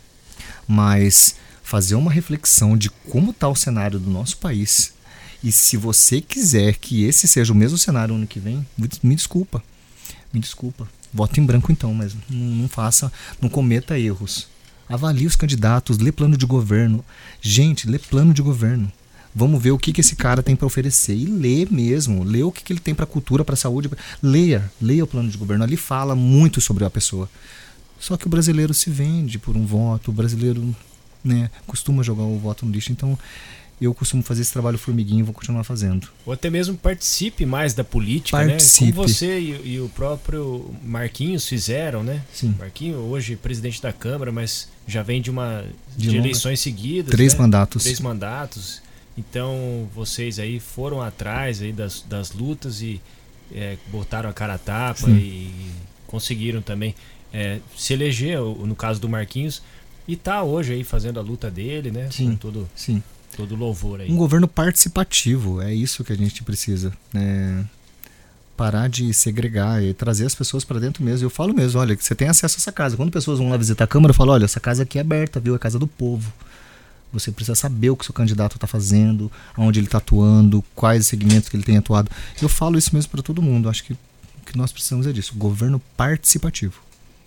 Mas fazer uma reflexão de como está o cenário do nosso país, e se você quiser que esse seja o mesmo cenário ano que vem, me desculpa, me desculpa. Voto em branco então, mas não, não faça, não cometa erros. Avalie os candidatos, lê plano de governo. Gente, lê plano de governo. Vamos ver o que, que esse cara tem para oferecer. E lê mesmo. Lê o que, que ele tem para cultura, para saúde. Pra... Leia. Leia o plano de governo. Ali fala muito sobre a pessoa. Só que o brasileiro se vende por um voto. O brasileiro, né, costuma jogar o voto no lixo. Então, eu costumo fazer esse trabalho formiguinho e vou continuar fazendo. Ou até mesmo participe mais da política, participe. né? Como você e, e o próprio Marquinhos fizeram, né? Sim. Marquinhos, hoje presidente da Câmara, mas já vem de uma de, de eleições seguidas. Três né? mandatos. Três mandatos. Então, vocês aí foram atrás aí das, das lutas e é, botaram a cara a tapa. Sim. E conseguiram também é, se eleger, no caso do Marquinhos, e tá hoje aí fazendo a luta dele, né? Sim. Com todo... Sim. Todo louvor aí. Um governo participativo, é isso que a gente precisa. É parar de segregar e trazer as pessoas para dentro mesmo. Eu falo mesmo, olha, você tem acesso a essa casa. Quando pessoas vão lá visitar a Câmara, eu falo, olha, essa casa aqui é aberta, viu? É a casa do povo. Você precisa saber o que o seu candidato está fazendo, aonde ele está atuando, quais segmentos que ele tem atuado. Eu falo isso mesmo para todo mundo. Acho que o que nós precisamos é disso. Governo participativo.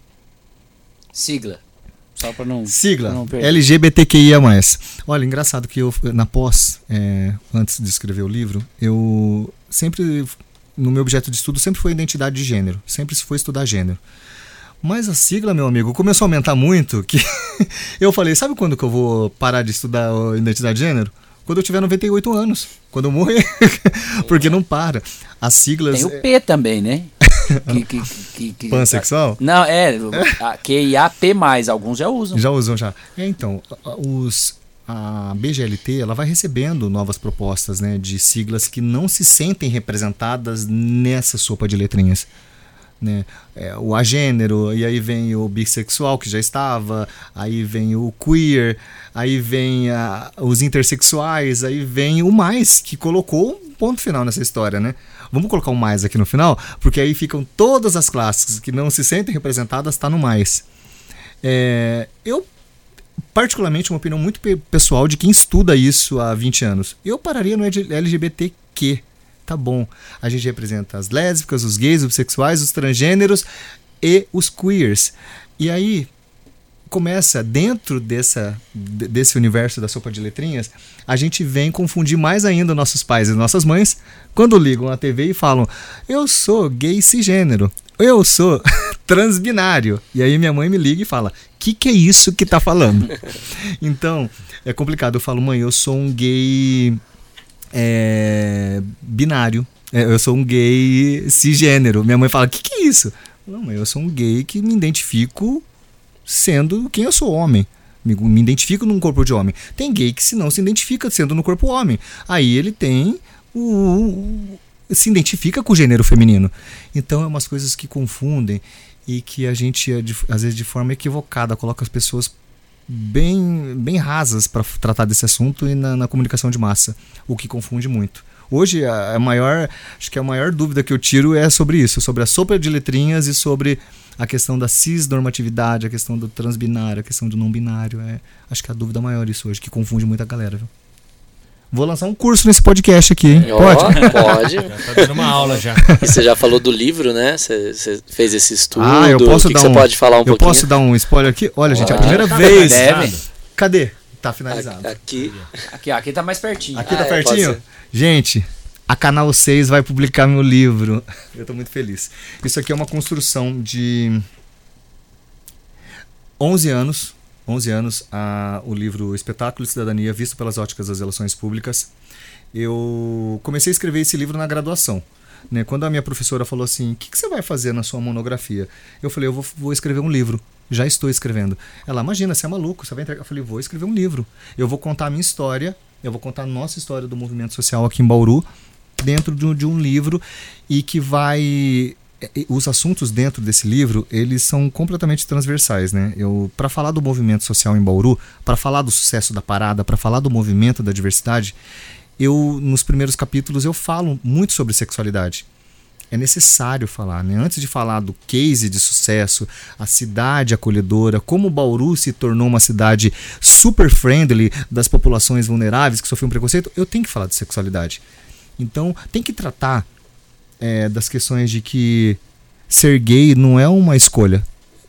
Sigla. Só para não... Sigla, não L G B T Q I A mais. Olha, engraçado que eu, na pós, é, antes de escrever o livro, eu sempre, no meu objeto de estudo, sempre foi identidade de gênero. Sempre se foi estudar gênero. Mas a sigla, meu amigo, começou a aumentar muito, que eu falei, sabe quando que eu vou parar de estudar identidade de gênero? Quando eu tiver noventa e oito anos, quando eu morrer. Porque não para. As siglas... Tem o P também, né? Que, que, que, que, Pansexual? Não, é, Q I A P mais, alguns já usam. Já usam, já. É, então, os, a B G L T ela vai recebendo novas propostas, né, de siglas que não se sentem representadas nessa sopa de letrinhas. Né? É, o agênero, e aí vem o bissexual, que já estava, aí vem o queer, aí vem a, os intersexuais, aí vem o mais, que colocou um ponto final nessa história, né? Vamos colocar o mais aqui no final, porque aí ficam todas as classes que não se sentem representadas, tá no mais. É, eu, particularmente, uma opinião muito pessoal de quem estuda isso há vinte anos, eu pararia no L G B T Q. Tá bom, a gente representa as lésbicas, os gays, os bissexuais, os transgêneros e os queers. E aí começa, dentro dessa, desse universo da sopa de letrinhas, a gente vem confundir mais ainda nossos pais e nossas mães quando ligam a T V e falam, eu sou gay cisgênero, eu sou transbinário. E aí minha mãe me liga e fala, que que é isso que tá falando? Então, é complicado. Eu falo, mãe, eu sou um gay... É, binário, é, eu sou um gay cisgênero. Minha mãe fala, o que, que é isso? Não, mãe, eu sou um gay que me identifico sendo quem eu sou, homem. Me, me identifico num corpo de homem. Tem gay que se não se identifica sendo no corpo homem. Aí ele tem o, o se identifica com o gênero feminino. Então é umas coisas que confundem e que a gente, às vezes, de forma equivocada, coloca as pessoas bem, bem rasas para tratar desse assunto e na, na comunicação de massa, o que confunde muito. Hoje, a, a maior, acho que a maior dúvida que eu tiro é sobre isso, sobre a sopa de letrinhas e sobre a questão da cisnormatividade, a questão do transbinário, a questão do não binário. É, acho que é a dúvida maior isso hoje, que confunde muita galera, viu? Vou lançar um curso nesse podcast aqui, hein? Oh, pode? Pode. Já tá dando uma aula já. E você já falou do livro, né? Você, você fez esse estudo. Ah, eu posso o que dar que um, você pode falar um eu pouquinho? posso dar um spoiler aqui? Olha, gente, é a Ah, primeira tá vez. Deve. Cadê? Tá finalizado. Aqui. Aqui, ó, aqui tá mais pertinho. Aqui Ah, tá é, pode pertinho? ser. Gente, a Canal seis vai publicar meu livro. Eu tô muito feliz. Isso aqui é uma construção de onze anos, onze anos, a, o livro Espetáculo de Cidadania Visto pelas Óticas das Relações Públicas. Eu comecei a escrever esse livro na graduação. Né? Quando a minha professora falou assim, o que, que você vai fazer na sua monografia? Eu falei, eu vou, vou escrever um livro. Já estou escrevendo. Ela, imagina, você é maluco, você vai entregar. Eu falei, vou escrever um livro. Eu vou contar a minha história, eu vou contar a nossa história do movimento social aqui em Bauru, dentro de um, de um livro, e que vai... Os assuntos dentro desse livro, eles são completamente transversais, né? Eu, para falar do movimento social em Bauru, para falar do sucesso da parada, para falar do movimento da diversidade, eu, nos primeiros capítulos, eu falo muito sobre sexualidade. É necessário falar, né? Antes de falar do case de sucesso, a cidade acolhedora, como Bauru se tornou uma cidade super friendly das populações vulneráveis que sofriam preconceito, eu tenho que falar de sexualidade. Então, tem que tratar é, das questões de que ser gay não é uma escolha.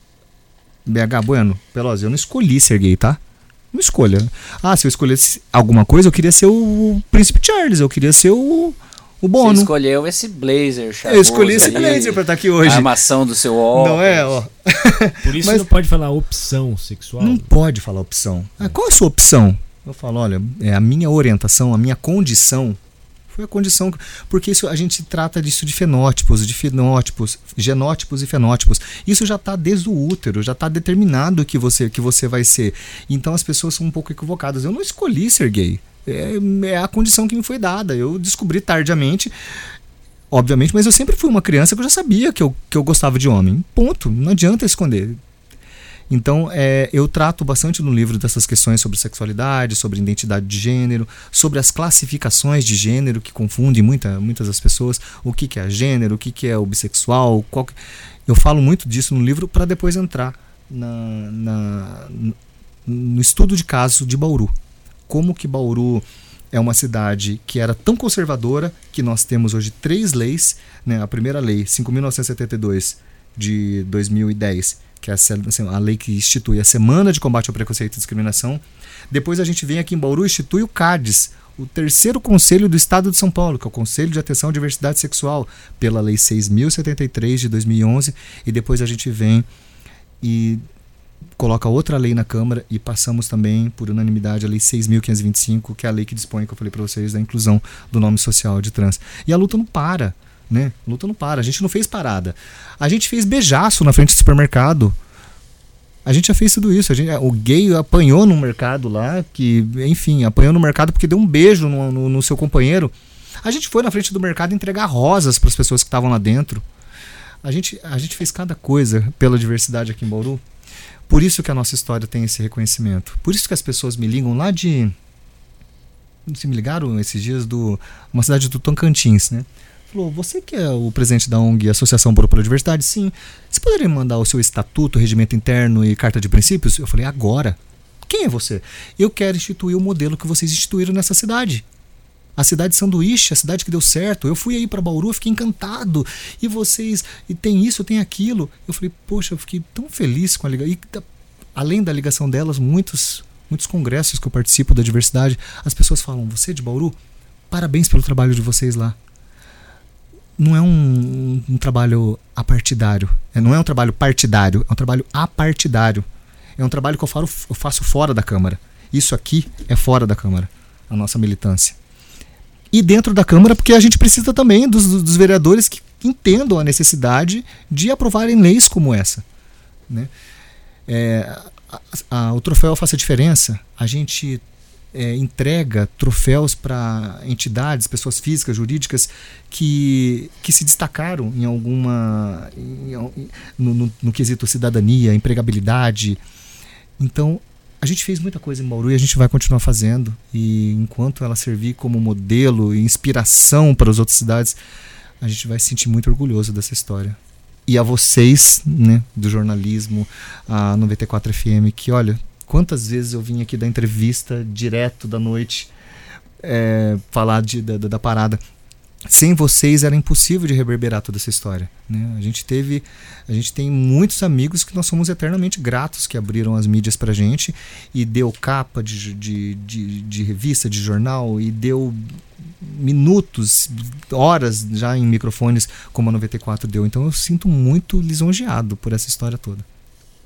B H Bueno, Pelosi, eu não escolhi ser gay, tá? Não escolha. Ah, se eu escolhesse alguma coisa, eu queria ser o Príncipe Charles, eu queria ser o... O Bono. Você escolheu esse blazer chavoso. Eu escolhi esse blazer pra estar aqui hoje. A armação do seu óculos. Não é, ó. Por isso Mas não pode falar opção sexual. Não pode falar opção. Ah, qual a sua opção? Eu falo, olha, é a minha orientação, a minha condição. Foi a condição. Porque isso, a gente trata disso de fenótipos, de fenótipos, genótipos e fenótipos. Isso já está desde o útero, já está determinado que você, que você vai ser. Então as pessoas são um pouco equivocadas. Eu não escolhi ser gay. É, é a condição que me foi dada. Eu descobri tardiamente, obviamente, mas eu sempre fui uma criança que eu já sabia que eu, que eu gostava de homem. Ponto. Não adianta esconder. Então, é, eu trato bastante no livro dessas questões sobre sexualidade, sobre identidade de gênero, sobre as classificações de gênero que confundem muita, muitas das pessoas. O que, que é gênero, o que, que é o bissexual. Qual que... Eu falo muito disso no livro para depois entrar na, na, no estudo de caso de Bauru. Como que Bauru é uma cidade que era tão conservadora que nós temos hoje três leis, né? A primeira lei, cinco mil novecentos e setenta e dois, de dois mil e dez, que é a lei que institui a Semana de Combate ao Preconceito e Discriminação. Depois a gente vem aqui em Bauru e institui o CADES, o terceiro conselho do Estado de São Paulo, que é o Conselho de Atenção à Diversidade Sexual, pela lei seis mil e setenta e três de dois mil e onze, e depois a gente vem e coloca outra lei na Câmara e passamos também, por unanimidade, a Lei seis mil quinhentos e vinte e cinco, que é a lei que dispõe, que eu falei para vocês, da inclusão do nome social de trans. E a luta não para, né? A luta não para. A gente não fez parada. A gente fez beijaço na frente do supermercado. A gente já fez tudo isso. A gente, o gay apanhou no mercado lá, que, enfim, apanhou no mercado porque deu um beijo no, no, no seu companheiro. A gente foi na frente do mercado entregar rosas para as pessoas que estavam lá dentro. A gente, a gente fez cada coisa pela diversidade aqui em Bauru. Por isso que a nossa história tem esse reconhecimento. Por isso que as pessoas me ligam lá de... Se me ligaram esses dias do... Uma cidade do Tocantins, né? Falou, você que é o presidente da O N G Associação Bauru pela Diversidade? Sim. Você poderia me mandar o seu estatuto, regimento interno e carta de princípios? Eu falei, agora? Quem é você? Eu quero instituir o modelo que vocês instituíram nessa cidade. A cidade de sanduíche, a cidade que deu certo. Eu fui aí para Bauru, fiquei encantado. E vocês, e tem isso, tem aquilo. Eu falei, poxa, eu fiquei tão feliz com a ligação. E além da ligação delas, muitos, muitos congressos que eu participo da diversidade, as pessoas falam, você é de Bauru? Parabéns pelo trabalho de vocês lá. Não é um, um trabalho apartidário. Não é um trabalho partidário, é um trabalho apartidário. É um trabalho que eu faço, eu faço fora da Câmara. Isso aqui é fora da Câmara, a nossa militância. E dentro da Câmara, porque a gente precisa também dos, dos vereadores que entendam a necessidade de aprovarem leis como essa. Né? É, a, a, o troféu Faça a Diferença, a gente é, entrega troféus para entidades, pessoas físicas, jurídicas, que, que se destacaram em alguma em, no, no, no quesito cidadania, empregabilidade. Então, a gente fez muita coisa em Bauru e a gente vai continuar fazendo. E enquanto ela servir como modelo e inspiração para as outras cidades, a gente vai se sentir muito orgulhoso dessa história. E a vocês, né, do jornalismo, a noventa e quatro F M, que olha, quantas vezes eu vim aqui dar entrevista direto da noite, é, falar de, da, da parada. Sem vocês era impossível de reverberar toda essa história, né? A gente teve, a gente tem muitos amigos que nós somos eternamente gratos, que abriram as mídias pra gente e deu capa de, de, de, de revista, de jornal, e deu minutos, horas já em microfones, como a noventa e quatro deu. Então eu sinto muito lisonjeado por essa história toda.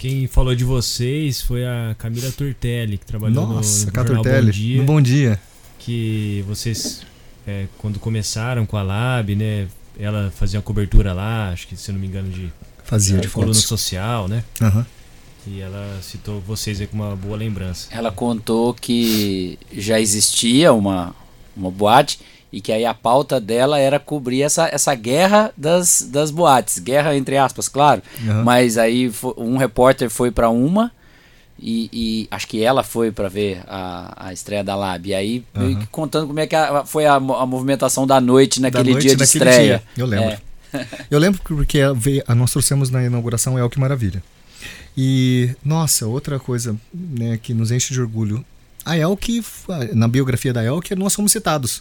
Quem falou de vocês foi a Camila Turtelli, que trabalhou Nossa, no, no Nossa, Jornal Turtelli, Bom Dia. no Bom Dia. Que vocês, é, quando começaram com a Lab, né? Ela fazia uma cobertura lá, acho que, se eu não me engano, de, fazia de coluna fotos. social, né? Uhum. E ela citou vocês aí com uma boa lembrança. Ela contou que já existia uma, uma boate e que aí a pauta dela era cobrir essa, essa guerra das, das boates. Guerra entre aspas, claro. Uhum. Mas aí um repórter foi para uma e, e acho que ela foi para ver a, a estreia da Lab. E aí Uhum. contando como é que a, foi a, a movimentação da noite naquele da noite, dia de naquele estreia. Dia. Eu lembro. É. Eu lembro porque veio, nós trouxemos na inauguração El Que Maravilha. E, nossa, outra coisa, né, que nos enche de orgulho. A El Que, na biografia da El Que, nós somos citados.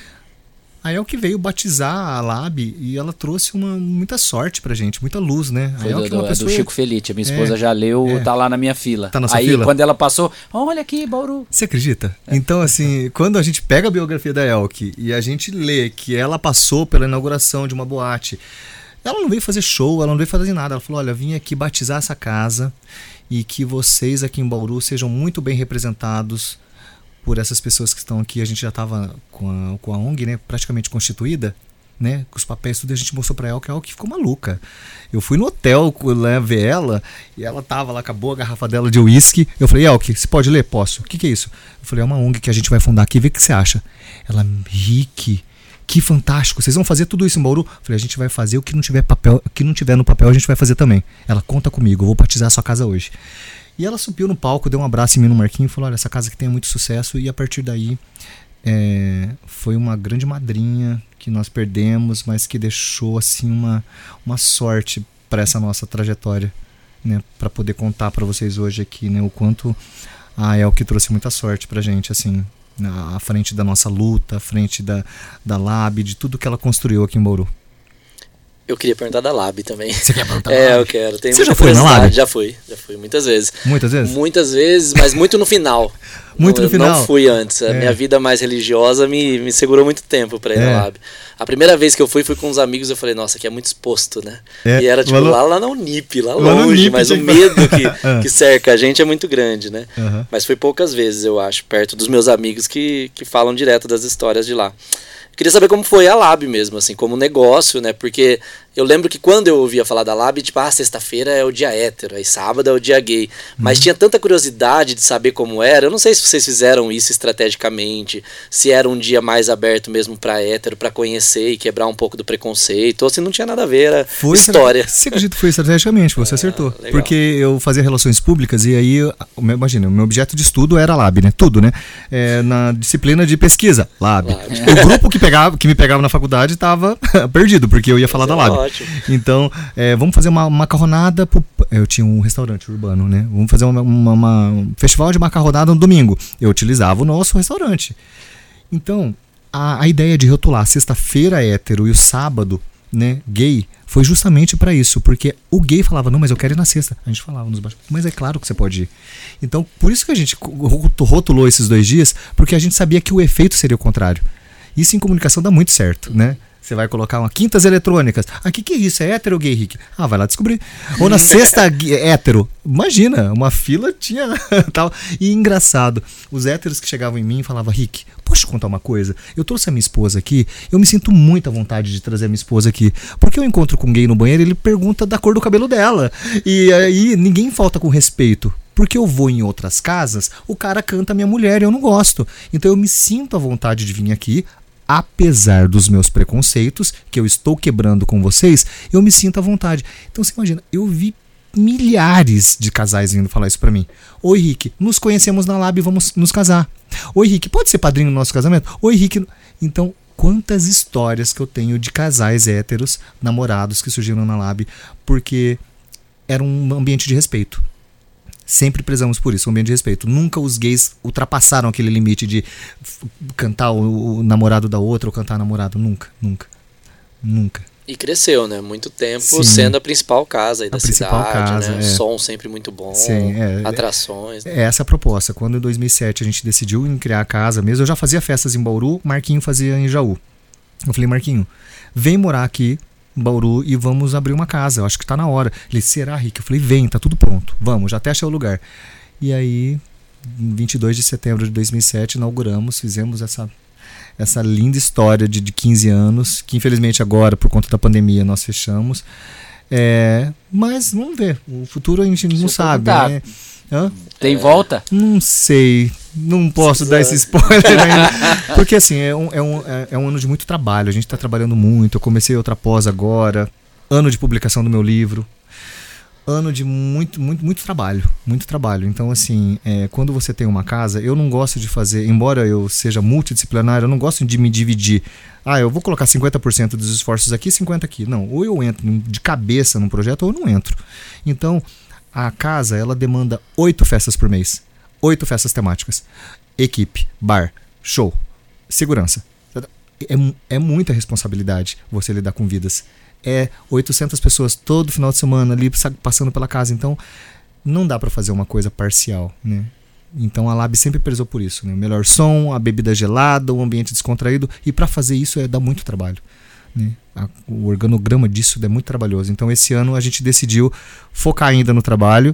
A El Que veio batizar a Lab e ela trouxe uma, muita sorte pra gente, muita luz, né? A Foi El do, Que é uma do, pessoa... do Chico Felice, a minha esposa É, já leu, é. tá lá na minha fila. Tá na sua aí fila? quando ela passou, olha aqui, Bauru. Você acredita? Então, assim, quando a gente pega a biografia da El Que e a gente lê que ela passou pela inauguração de uma boate, ela não veio fazer show, ela não veio fazer nada. Ela falou, olha, vim aqui batizar essa casa e que vocês aqui em Bauru sejam muito bem representados por essas pessoas que estão aqui. A gente já estava com a, com a O N G, né, praticamente constituída, né, com os papéis tudo, a gente mostrou pra ela que a El Que ficou maluca. Eu fui no hotel lá ver ela e ela tava lá, acabou a garrafa dela de uísque. Eu falei, El Que, você pode ler? Posso. O que que é isso? Eu falei, é uma O N G que a gente vai fundar aqui, vê o que você acha. Ela, Rick, que fantástico, vocês vão fazer tudo isso em Bauru? Eu falei, a gente vai fazer o que não tiver papel, o que não tiver no papel a gente vai fazer também. Ela, conta comigo, eu vou batizar a sua casa hoje. E ela subiu no palco, deu um abraço em mim no Marquinho e falou, olha, essa casa aqui tem muito sucesso. E a partir daí é, foi uma grande madrinha que nós perdemos, mas que deixou assim uma, uma sorte para essa nossa trajetória, né, para poder contar para vocês hoje aqui, né, o quanto a El Que trouxe muita sorte pra gente, assim, na, à frente da nossa luta, à frente da, da Lab, de tudo que ela construiu aqui em Bauru. Eu queria perguntar da Lab também. Você quer perguntar É, da Lab? eu quero. Tenho Você muita já foi na curiosidade. Lab? Já fui, já fui, muitas vezes. Muitas vezes? Muitas vezes, mas muito no final. Muito não, no eu final? Não fui antes. A É. minha vida mais religiosa me, me segurou muito tempo pra ir É. na Lab. A primeira vez que eu fui, fui com uns amigos, eu falei, nossa, aqui é muito exposto, né? É. E era tipo Lá no- lá, lá na Unip, lá Lá no longe, Unip, mas o tinha que- medo que, Ah. que cerca a gente é muito grande, né? Aham. Mas foi poucas vezes, eu acho, perto dos meus amigos que, que falam direto das histórias de lá. Queria saber como foi a Lab mesmo, assim, como negócio, né? Porque eu lembro que quando eu ouvia falar da Lab, tipo, ah, sexta-feira é o dia hétero, aí sábado é o dia gay. Mas tinha tanta curiosidade de saber como era. Eu não sei se vocês fizeram isso estrategicamente, se era um dia mais aberto mesmo pra hétero, pra conhecer e quebrar um pouco do preconceito, ou se não tinha nada a ver, era Foi história. estra- Você acredita que foi estrategicamente, você acertou. legal. Porque eu fazia relações públicas e aí, eu- imagina, o meu objeto de estudo era Lab, né? Tudo, né? É, na disciplina de pesquisa, Lab. Lab. O grupo que, pegava, que me pegava na faculdade estava perdido, porque eu ia falar Mas da é Lab. ótimo. Então, é, vamos fazer uma macarronada. Pro... Eu tinha um restaurante urbano, né? Vamos fazer uma, uma- uma- um festival de macarronada no domingo. Eu utilizava o nosso restaurante. Então, a, a ideia de rotular sexta-feira hétero e o sábado, né, gay, foi justamente para isso. Porque o gay falava, não, mas eu quero ir na sexta. A gente falava nos baixos, mas é claro que você pode ir. Então, por isso que a gente rotulou esses dois dias, porque a gente sabia que o efeito seria o contrário. Isso em comunicação dá muito certo, né? Você vai colocar uma quintas eletrônicas. Ah, o que, que é isso? É hétero ou gay, Rick? Ah, vai lá descobrir. Ou na sexta gay- hétero. Imagina, uma fila tinha tal. E engraçado, os héteros que chegavam em mim falavam, Rick, posso te contar uma coisa? Eu trouxe a minha esposa aqui, eu me sinto muito à vontade de trazer a minha esposa aqui. Porque eu encontro com um gay no banheiro, ele pergunta da cor do cabelo dela. E aí ninguém falta com respeito. Porque eu vou em outras casas, o cara canta minha mulher e eu não gosto. Então eu me sinto à vontade de vir aqui, apesar dos meus preconceitos, que eu estou quebrando com vocês, eu me sinto à vontade. Então você imagina, eu vi milhares de casais vindo falar isso pra mim. Oi, Rick, nos conhecemos na Lab e vamos nos casar. Oi, Rick, pode ser padrinho do nosso casamento? Oi, Rick. Então, quantas histórias que eu tenho de casais héteros, namorados que surgiram na Lab, porque era um ambiente de respeito. Sempre prezamos por isso, um ambiente de respeito. Nunca os gays ultrapassaram aquele limite de f- cantar o, o namorado da outra ou cantar a namorada. Nunca, nunca, nunca. E cresceu, né? Muito tempo Sim. sendo a principal casa aí A da principal cidade, casa, né? é. Som sempre muito bom, Sim, é. atrações. né? É essa a proposta. Quando em dois mil e sete a gente decidiu em criar a casa mesmo, eu já fazia festas em Bauru, Marquinho fazia em Jaú. Eu falei, Marquinho, vem morar aqui, Bauru e vamos abrir uma casa, eu acho que tá na hora. Ele, será, Rick? Eu falei, vem, tá tudo pronto, vamos, já até achei o lugar. E aí, vinte e dois de setembro de dois mil e sete, inauguramos, fizemos essa, essa linda história de, de quinze anos, que infelizmente agora, por conta da pandemia, nós fechamos. É, mas vamos ver, o futuro a gente não sabe, né? Hã? Tem volta? Não sei, não posso dar esse spoiler ainda, porque assim, é um, é, um, é um ano de muito trabalho, a gente está trabalhando muito, eu comecei outra pós agora, ano de publicação do meu livro, ano de muito, muito, muito trabalho, muito trabalho, então assim, é, quando você tem uma casa, eu não gosto de fazer, embora eu seja multidisciplinar, eu não gosto de me dividir, ah, eu vou colocar cinquenta por cento dos esforços aqui, cinquenta por cento aqui, não, ou eu entro de cabeça num projeto ou eu não entro, então a casa, ela demanda oito festas por mês. Oito festas temáticas. Equipe, bar, show, segurança. É, é muita responsabilidade você lidar com vidas. É oitocentas pessoas todo final de semana ali passando pela casa. Então, não dá para fazer uma coisa parcial, né? Então, a Lab sempre prezou por isso, né? O melhor som, a bebida gelada, o ambiente descontraído. E para fazer isso, é, dá muito trabalho. Né? O organograma disso é muito trabalhoso. Então esse ano a gente decidiu focar ainda no trabalho,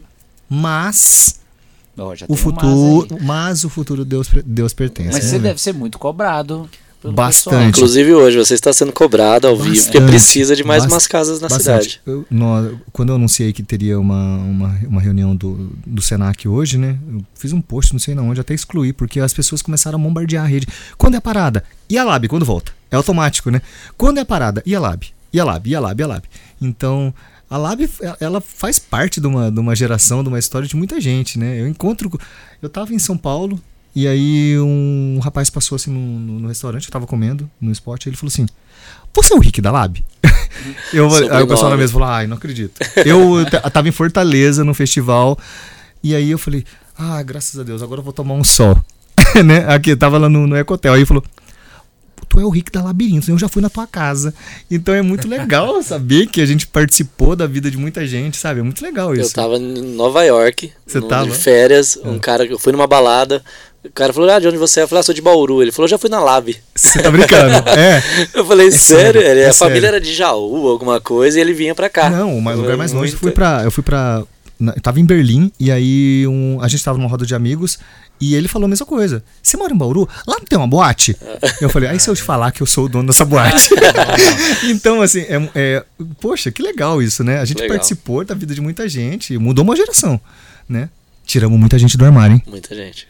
mas oh, já o futuro, mas, mas o futuro Deus, Deus pertence. Mas você deve ser muito cobrado. Bastante. Pessoal. Inclusive hoje você está sendo cobrado ao vivo porque precisa de mais bastante, umas casas na bastante. cidade. Eu, nós, quando eu anunciei que teria uma, uma, uma reunião do, do Senac hoje, né? Eu fiz um post, não sei não onde, até excluí, porque as pessoas começaram a bombardear a rede. Quando é a parada? E a Lab? Quando volta? É automático, né? Quando é a parada? E a Lab? E a Lab? E a Lab? E a Lab? Então, a Lab, ela faz parte de uma, de uma geração, de uma história de muita gente, né? Eu encontro... Eu tava em São Paulo... E aí um rapaz passou assim no, no, no restaurante, eu tava comendo no spot, e ele falou assim, você é o Rick da Lab? eu, aí o pessoal na mesa falou, ai, não acredito. Eu t- tava em Fortaleza, no festival, e aí eu falei, ah, graças a Deus, agora eu vou tomar um sol. né? Aqui, tava lá no, no Ecotel, aí ele falou, tu é o Rick da Labirinto, eu já fui na tua casa. Então é muito legal saber que a gente participou da vida de muita gente, sabe? É muito legal isso. Eu tava em Nova York, você no, tava? de férias, um é. cara, eu fui numa balada, o cara falou, ah, de onde você é? Eu falei, ah, sou de Bauru. Ele falou, já fui na Lab. Você tá brincando? É. Eu falei, é sério? sério? Ele, é a sério. família era de Jaú, alguma coisa, e ele vinha pra cá. Não, o lugar mais longe, eu fui pra... Eu fui pra eu tava em Berlim, e aí um, a gente tava numa roda de amigos, e ele falou a mesma coisa. Você mora em Bauru? Lá não tem uma boate? Eu falei, aí se eu te falar que eu sou o dono dessa boate? Então, assim, é, é, poxa, que legal isso, né? A gente legal. participou da vida de muita gente, mudou uma geração, né? Tiramos muita gente do armário, hein? Muita gente.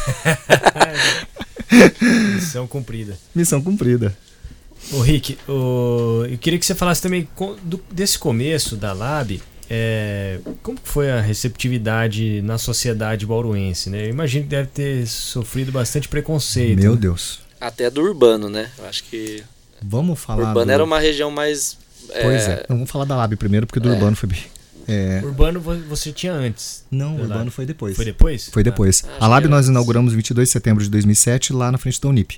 Missão cumprida. Missão cumprida. Ô Rick, ô, eu queria que você falasse também do, desse começo da Lab. É, como foi a receptividade na sociedade bauruense, né? Eu imagino que deve ter sofrido bastante preconceito. Meu né? Deus. Até do urbano, né? Eu acho que... Vamos falar... O urbano do... era uma região mais... Pois é. é. Vamos falar da Lab primeiro, porque do é. urbano foi bem... É... Urbano você tinha antes? Não, o Urbano foi depois. Foi depois? Foi depois. Ah, a Lab nós inauguramos vinte e dois de setembro de dois mil e sete, lá na frente da Unip.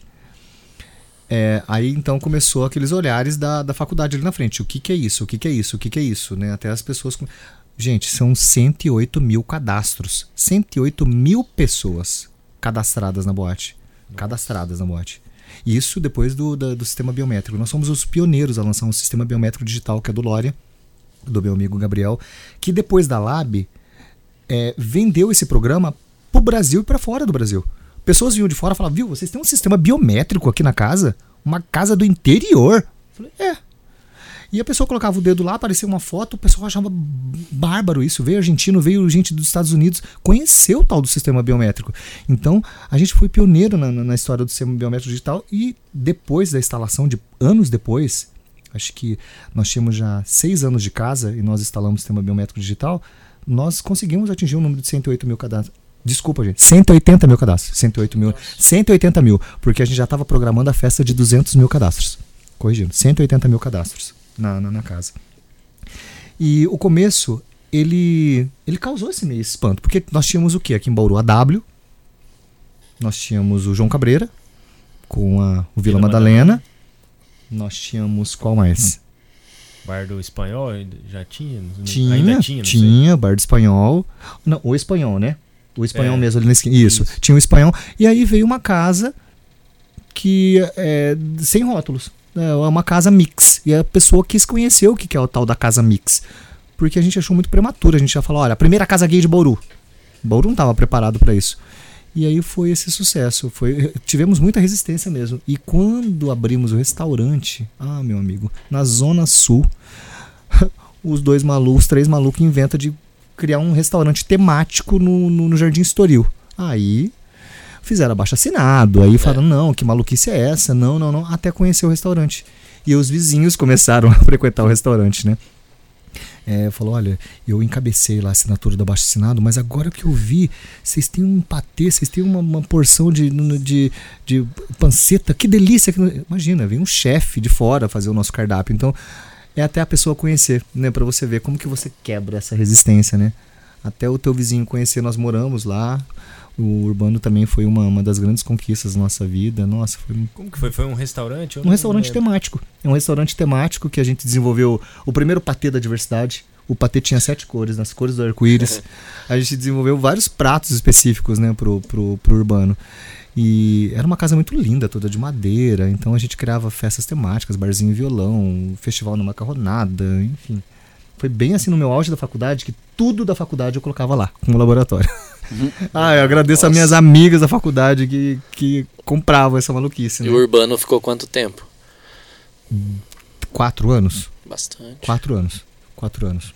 É, aí então começou aqueles olhares da, da faculdade ali na frente. O que, que é isso? O que, que é isso? O que, que é isso? Né? Até as pessoas... Gente, são cento e oito mil cadastros. cento e oito mil pessoas cadastradas na boate. Nossa. Cadastradas na boate. Isso depois do, da, do sistema biométrico. Nós somos os pioneiros a lançar um sistema biométrico digital, que é do Lória, do meu amigo Gabriel, que depois da Lab é, vendeu esse programa pro Brasil e para fora do Brasil. Pessoas vinham de fora e falavam, viu, vocês têm um sistema biométrico aqui na casa? Uma casa do interior? Eu falei, é. E a pessoa colocava o dedo lá, aparecia uma foto, o pessoal achava bárbaro isso. Veio argentino, veio gente dos Estados Unidos, conheceu o tal do sistema biométrico. Então, a gente foi pioneiro na, na história do sistema biométrico digital e depois da instalação, de anos depois, acho que nós tínhamos já seis anos de casa e nós instalamos o sistema biométrico digital, nós conseguimos atingir um número de cento e oito mil cadastros. Desculpa, gente. cento e oitenta mil cadastros. cento e oito mil. cento e oitenta mil. Porque a gente já estava programando a festa de duzentos mil cadastros. Corrigindo. cento e oitenta mil cadastros na, na, na casa. E o começo, ele, ele causou esse meio espanto. Porque nós tínhamos o quê? Aqui em Bauru, a W. Nós tínhamos o João Cabreira, com a, o Vila, Vila Madalena. Madalena. Nós tínhamos qual mais? Bar do Espanhol já tinha? Tinha, ainda tinha, não tinha sei. Bar do Espanhol. Não, o Espanhol, né? O Espanhol é, mesmo ali nesse... Isso, isso, tinha o Espanhol. E aí veio uma casa que é, sem rótulos. é uma casa mix. E a pessoa quis conhecer o que é o tal da casa mix. Porque a gente achou muito prematuro. A gente já falou, olha, a primeira casa gay de Bauru. Bauru não estava preparado para isso. E aí foi esse sucesso. Foi, tivemos muita resistência mesmo. E quando abrimos o restaurante, ah, meu amigo, na Zona Sul, os dois malucos, os três malucos inventam de criar um restaurante temático no, no, no Jardim Estoril. Aí fizeram abaixo-assinado, aí falaram, é. não, que maluquice é essa? Não, não, não, até conhecer o restaurante. E os vizinhos começaram a frequentar o restaurante, né? É, falou, olha, eu encabecei lá a assinatura do abaixo-assinado, mas agora que eu vi, vocês têm um patê, vocês têm uma, uma porção de, de, de panceta, que delícia. Imagina, vem um chefe de fora fazer o nosso cardápio. Então, é até a pessoa conhecer, né? Pra você ver como que você quebra essa resistência, né? Até o teu vizinho conhecer, nós moramos lá. O Urbano também foi uma, uma das grandes conquistas da nossa vida. Nossa, foi... Como que foi? Foi um restaurante? Um restaurante temático. É um restaurante temático que a gente desenvolveu o primeiro patê da diversidade. O patê tinha sete cores, nas cores do arco-íris. A gente desenvolveu vários pratos específicos, né, pro, pro, pro Urbano. E era uma casa muito linda, toda de madeira. Então a gente criava festas temáticas, barzinho e violão, festival na macarronada, enfim. Foi bem assim no meu auge da faculdade, que tudo da faculdade eu colocava lá, como laboratório. Uhum. Ah, eu agradeço Nossa. a minhas amigas da faculdade que, que compravam essa maluquice. Né? E o Urbano ficou quanto tempo? Quatro anos. Bastante. Quatro anos. Quatro anos.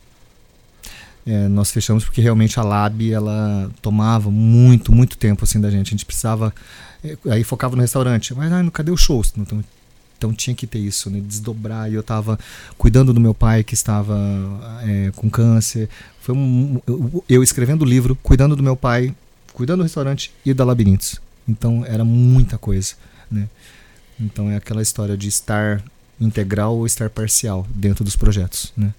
É, nós fechamos porque realmente a Lab, ela tomava muito, muito tempo assim da gente. A gente precisava... Aí focava no restaurante. Mas ah, cadê os shows? Então, então tinha que ter isso, né? Desdobrar. E eu estava cuidando do meu pai que estava é, com câncer. Foi um, eu, eu escrevendo o livro, cuidando do meu pai, cuidando do restaurante e da Labirintos. Então era muita coisa, né? Então é aquela história de estar integral ou estar parcial dentro dos projetos, né?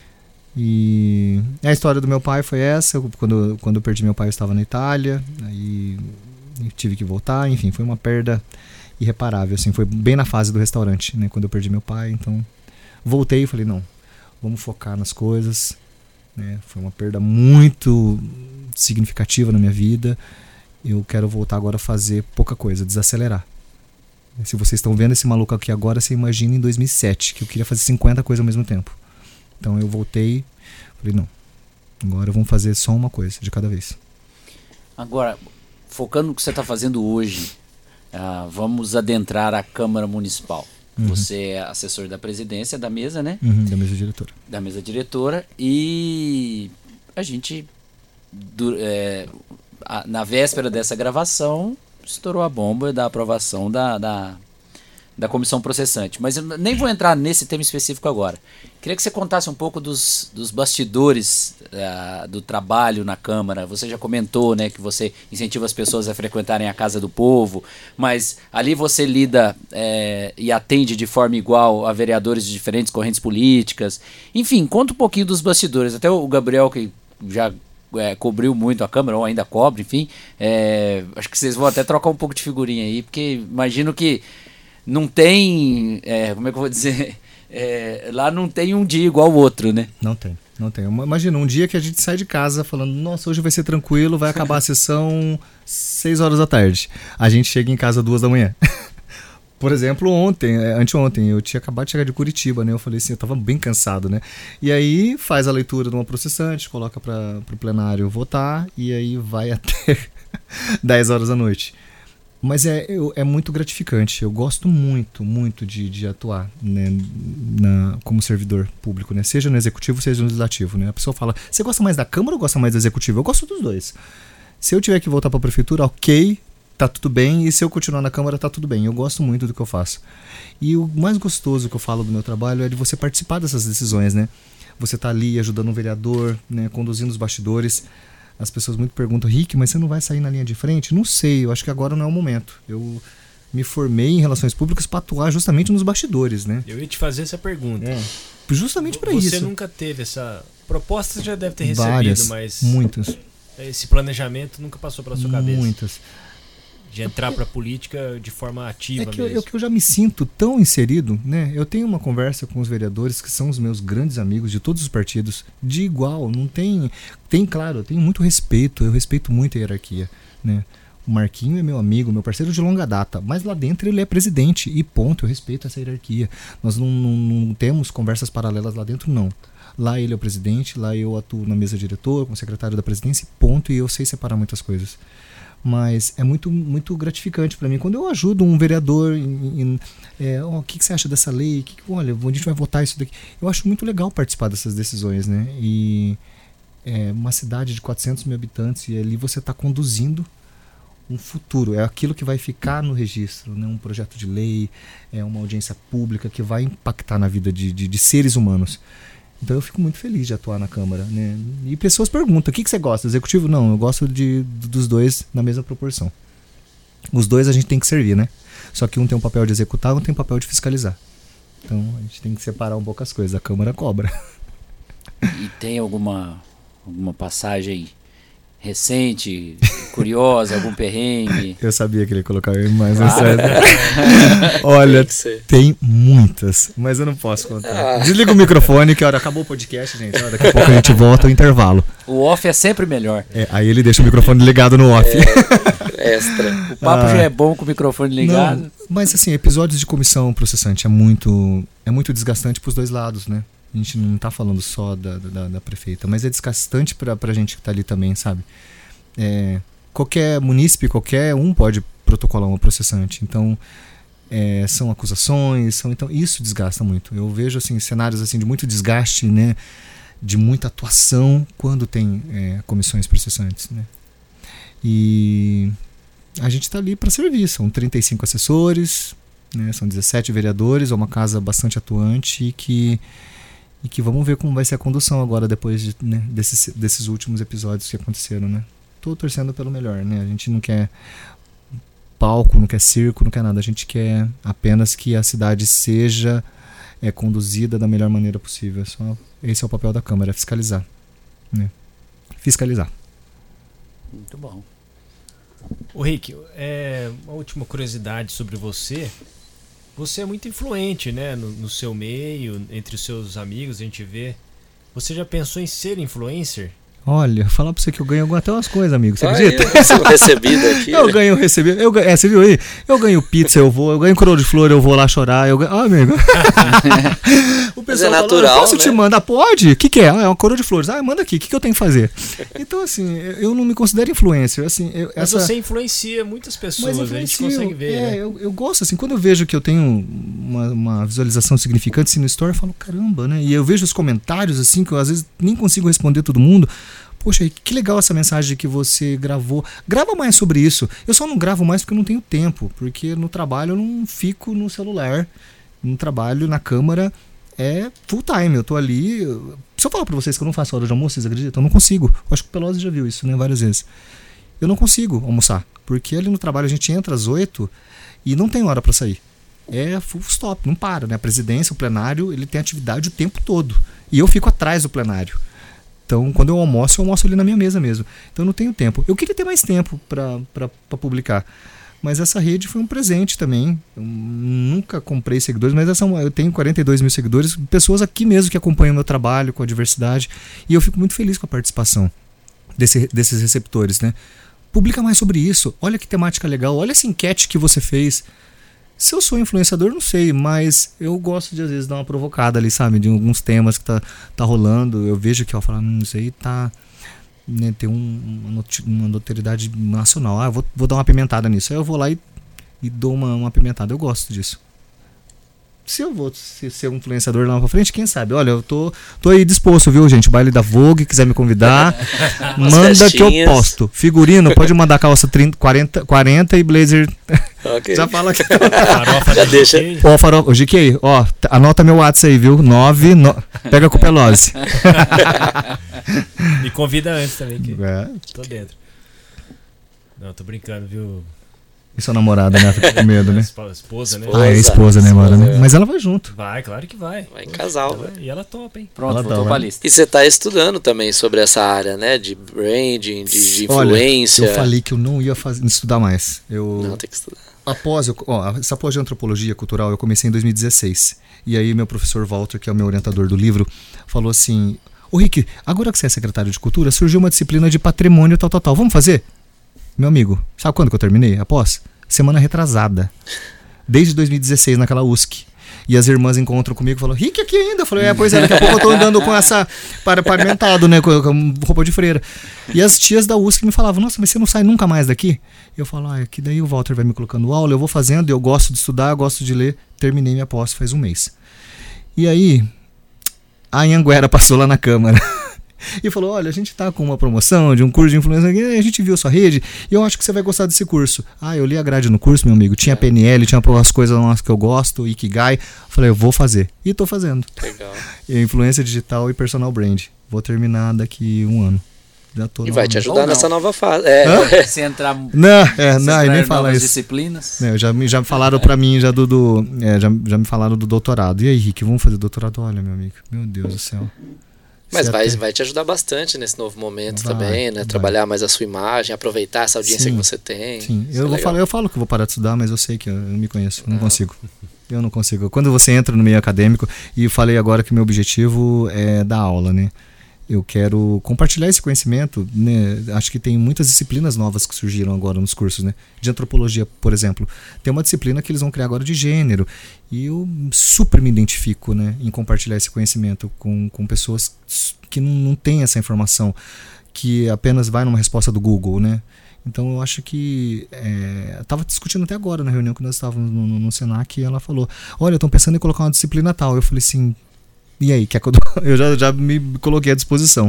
E a história do meu pai foi essa. Quando, quando eu perdi meu pai eu estava na Itália, aí tive que voltar, enfim, foi uma perda irreparável, assim, foi bem na fase do restaurante, né, quando eu perdi meu pai. Então voltei e falei, não, vamos focar nas coisas, né? Foi uma perda muito significativa na minha vida. Eu quero voltar agora a fazer pouca coisa, desacelerar. Se vocês estão vendo esse maluco aqui agora, você imagina em dois mil e sete, que eu queria fazer cinquenta coisas ao mesmo tempo. Então eu voltei, falei, não, agora vamos fazer só uma coisa de cada vez. Agora, focando no que você está fazendo hoje, uh, vamos adentrar a Câmara Municipal. Uhum. Você é assessor da presidência da mesa, né? Uhum, da mesa diretora. Da mesa diretora. E a gente, do, é, a, na véspera dessa gravação, estourou a bomba da aprovação da... da da comissão processante. Mas eu nem vou entrar nesse tema específico agora. Queria que você contasse um pouco dos, dos bastidores uh, do trabalho na Câmara. Você já comentou, né, que você incentiva as pessoas a frequentarem a Casa do Povo, mas ali você lida é, e atende de forma igual a vereadores de diferentes correntes políticas. Enfim, conta um pouquinho dos bastidores. Até o Gabriel, que já é, cobriu muito a Câmara, ou ainda cobre, enfim. É, acho que vocês vão até trocar um pouco de figurinha aí, porque imagino que não tem, é, como é que eu vou dizer, é, lá não tem um dia igual ao outro, né? Não tem, não tem. Imagina, um dia que a gente sai de casa falando, nossa, hoje vai ser tranquilo, vai acabar a sessão seis horas da tarde. A gente chega em casa duas da manhã. Por exemplo, ontem, anteontem, eu tinha acabado de chegar de Curitiba, né? Eu falei assim, eu tava bem cansado, né? E aí faz a leitura de uma processante, coloca para o plenário votar e aí vai até dez horas da noite. Mas é, é muito gratificante. Eu gosto muito, muito de, de atuar, né, na, como servidor público, né? Seja no executivo, seja no legislativo, né? A pessoa fala, você gosta mais da Câmara ou gosta mais do executivo? Eu gosto dos dois. Se eu tiver que voltar para a prefeitura, ok, tá tudo bem. E se eu continuar na Câmara, tá tudo bem. Eu gosto muito do que eu faço. E o mais gostoso que eu falo do meu trabalho é de você participar dessas decisões, né? Você tá ali ajudando um vereador, né, conduzindo os bastidores. As pessoas muito perguntam, Rick, mas você não vai sair na linha de frente? Não sei, eu acho que agora não é o momento. Eu me formei em relações públicas para atuar justamente nos bastidores, né? Eu ia te fazer essa pergunta. É, justamente para isso. Você nunca teve essa... Proposta você já deve ter recebido, Várias, mas... muitas. Esse planejamento nunca passou pela sua cabeça? Muitas. De entrar para a política de forma ativa é que mesmo. Eu, é que eu já me sinto tão inserido, né? Eu tenho uma conversa com os vereadores que são os meus grandes amigos de todos os partidos, de igual, não tem... Tem, claro, eu tenho muito respeito, eu respeito muito a hierarquia, né? O Marquinho é meu amigo, meu parceiro de longa data, mas lá dentro ele é presidente e ponto, eu respeito essa hierarquia. Nós não, não, não temos conversas paralelas lá dentro, não. Lá ele é o presidente, lá eu atuo na mesa diretora, como secretário da presidência, ponto, e eu sei separar muitas coisas. Mas é muito, muito gratificante para mim quando eu ajudo um vereador em, em é, oh, o que, que você acha dessa lei, que, olha, a gente vai votar isso daqui. Eu acho muito legal participar dessas decisões, né? E é uma cidade de quatrocentos mil habitantes e ali você está conduzindo um futuro, é aquilo que vai ficar no registro, né? Um projeto de lei, é uma audiência pública que vai impactar na vida de, de, de seres humanos. Então eu fico muito feliz de atuar na Câmara, né? E pessoas perguntam, o que, que você gosta? Executivo? Não, eu gosto de, dos dois na mesma proporção. Os dois a gente tem que servir, né? Só que um tem um papel de executar, um tem um papel de fiscalizar. Então a gente tem que separar um pouco as coisas, a Câmara cobra. E tem alguma, alguma passagem recente, curiosa, algum perrengue? Eu sabia que ele ia colocar mais Claro. essa. Olha, tem muitas, mas eu não posso contar. Desliga o microfone, que a hora acabou o podcast, gente. Ó, daqui a pouco a gente volta ao intervalo. O off é sempre melhor. É, aí ele deixa o microfone ligado no off. É, extra. O papo Ah. já é bom com o microfone ligado. Não, mas assim, episódios de comissão processante é muito, é muito desgastante para os dois lados, né? A gente não tá falando só da, da, da prefeita, mas é desgastante pra, pra gente que tá ali também, sabe? É, qualquer munícipe, qualquer um pode protocolar uma processante. Então, é, são acusações, são, então isso desgasta muito. Eu vejo assim, cenários assim, de muito desgaste, né? De muita atuação quando tem é, comissões processantes, né? E a gente tá ali para servir, são trinta e cinco assessores, né? São dezessete vereadores, é uma casa bastante atuante e que E que vamos ver como vai ser a condução agora, depois de, né, desses, desses últimos episódios que aconteceram, né? Tô torcendo pelo melhor, né? A gente não quer palco, não quer circo, não quer nada. A gente quer apenas que a cidade seja é, conduzida da melhor maneira possível. Só, esse é o papel da Câmara, é fiscalizar. Né? Fiscalizar. Muito bom. Ô Rick, é, uma última curiosidade sobre você. Você é muito influente, né, no, no seu meio, entre os seus amigos, a gente vê. Você já pensou em ser influencer? Olha, falar pra você que eu ganho até umas coisas, amigo. Você Aí, acredita? eu sou recebido aqui. Eu ganho, recebi. Eu, ganho- é, você viu aí? Eu ganho pizza, eu vou. Eu ganho coroa de flor, eu vou lá chorar. Eu ganho, ah, amigo. O Mas é fala, natural, "Ah, posso né? te mandar? Pode? O que, que é? Ah, é uma coroa de flores. Ah, manda aqui. O que, que eu tenho que fazer? Então, assim, eu eu não me considero influencer. Assim, eu, Mas essa... você influencia muitas pessoas, Mas a gente influencio, consegue ver, é, né? eu, eu gosto, assim, quando eu vejo que eu tenho uma, uma visualização significante assim, no story, eu falo, caramba, né? E eu vejo os comentários, assim, que eu às vezes nem consigo responder todo mundo. Poxa, que legal essa mensagem que você gravou. Grava mais sobre isso. Eu só não gravo mais porque eu não tenho tempo, porque no trabalho eu não fico no celular. No trabalho, na câmara, é full time. Eu tô ali... eu- Se eu falar pra vocês que eu não faço hora de almoço, vocês acreditam? Eu não consigo. Eu acho que o Pelosi já viu isso, né? Várias vezes. Eu não consigo almoçar, porque ali no trabalho a gente entra às oito e não tem hora para sair. É full stop, não para, né? A presidência, o plenário, ele tem atividade o tempo todo. E eu fico atrás do plenário. Então, quando eu almoço, eu almoço ali na minha mesa mesmo. Então, eu não tenho tempo. Eu queria ter mais tempo para publicar. Mas essa rede foi um presente também. Eu nunca comprei seguidores, mas essa, eu tenho quarenta e dois mil seguidores. Pessoas aqui mesmo que acompanham o meu trabalho com a diversidade. E eu fico muito feliz com a participação desse, desses receptores, né? Publica mais sobre isso. Olha que temática legal. Olha essa enquete que você fez. Se eu sou influenciador, não sei, mas eu gosto de às vezes dar uma provocada ali, sabe? De alguns temas que tá, tá rolando. Eu vejo que eu falo, hum, isso aí tá. Né, tem um, uma, noti- uma notoriedade nacional. Ah, eu vou, vou dar uma apimentada nisso. Aí eu vou lá e, e dou uma, uma apimentada. Eu gosto disso. Se eu vou se- ser um influenciador lá pra frente, quem sabe? Olha, eu tô, tô aí disposto, viu, gente? Baile da Vogue, quiser me convidar, Umas manda que eu festinhas. posto. Figurino, pode mandar calça trinta, quarenta, quarenta e blazer. Ok. Já fala que. Farofa Já de deixa. G K. Ó, farol, o G K, ó, t- anota meu WhatsApp aí, viu? nove, no... Pega com o Pelosi. Me convida antes também, que É. tô dentro. Não, tô brincando, viu? E sua namorada, né? Fica com medo, né? Esp- Esposa, né? Ah, é esposa, né, Esposa, mano? Né? é. Mas ela vai junto. Vai, claro que vai. Vai em casal, Ela- velho. E ela topa, hein? Pronto, Ela voltou tá, pra né? lista. E você está estudando também sobre essa área, né? De branding, de, de influência. Olha, eu falei que eu não ia fazer, estudar mais. Eu, Não, tem que estudar. após, eu, ó, essa pós de antropologia cultural eu comecei em dois mil e dezesseis. E aí meu professor Walter, que é o meu orientador do livro, falou assim, ô Rick, agora que você é secretário de cultura, surgiu uma disciplina de patrimônio tal, tal, tal. Vamos fazer? Meu amigo, sabe quando que eu terminei? Após? Semana retrasada. Desde dois mil e dezesseis, naquela U S C. E as irmãs encontram comigo e falam, Rick aqui ainda. Eu falei, é, pois é, daqui a pouco eu tô andando com essa paramentado, né, com, com roupa de freira. E as tias da U S C me falavam, nossa, mas você não sai nunca mais daqui? Eu falo, ah, que daí o Walter vai me colocando aula, eu vou fazendo, eu gosto de estudar, eu gosto de ler. Terminei minha pós faz um mês. E aí, a Anhanguera passou lá na Câmara e falou, olha, a gente tá com uma promoção de um curso de influência aqui, a gente viu sua rede e eu acho que você vai gostar desse curso. Ah, eu li a grade no curso, meu amigo, tinha P N L, tinha as coisas que eu gosto, Ikigai. Falei, eu vou fazer. E tô fazendo. Legal. E influência digital e personal brand. Vou terminar daqui um ano. Já tô e vai te ajudar Ou nessa não. nova fase. É. Se entrar... Não, é, se não, e entrar nem em fala novas isso. disciplinas. É, já, me- já me falaram pra mim, já do, do é, já, já me falaram do doutorado. E aí, Rick, vamos fazer doutorado? Olha, meu amigo, meu Deus do céu. Mas Você vai, até- vai te ajudar bastante nesse novo momento Vai, também, né? vai. Trabalhar mais a sua imagem, aproveitar essa audiência Sim, que você tem. Sim, Isso eu, é vou legal. falar, eu falo que eu vou parar de estudar, mas eu sei que eu, eu não me conheço, não Não. consigo. Eu não consigo. Quando você entra no meio acadêmico, e eu falei agora que meu objetivo é dar aula, né? Eu quero compartilhar esse conhecimento, né? Acho que tem muitas disciplinas novas que surgiram agora nos cursos, né? De antropologia, por exemplo. Tem uma disciplina que eles vão criar agora de gênero. E eu super me identifico, né, em compartilhar esse conhecimento com, com pessoas que não, não têm essa informação, que apenas vai numa resposta do Google, né? Então eu acho que é, estava discutindo até agora na reunião que nós estávamos no, no, no Senac, e ela falou, olha, estão pensando em colocar uma disciplina tal. Eu falei assim, e aí, quer que eu, dou? eu já, já me coloquei à disposição.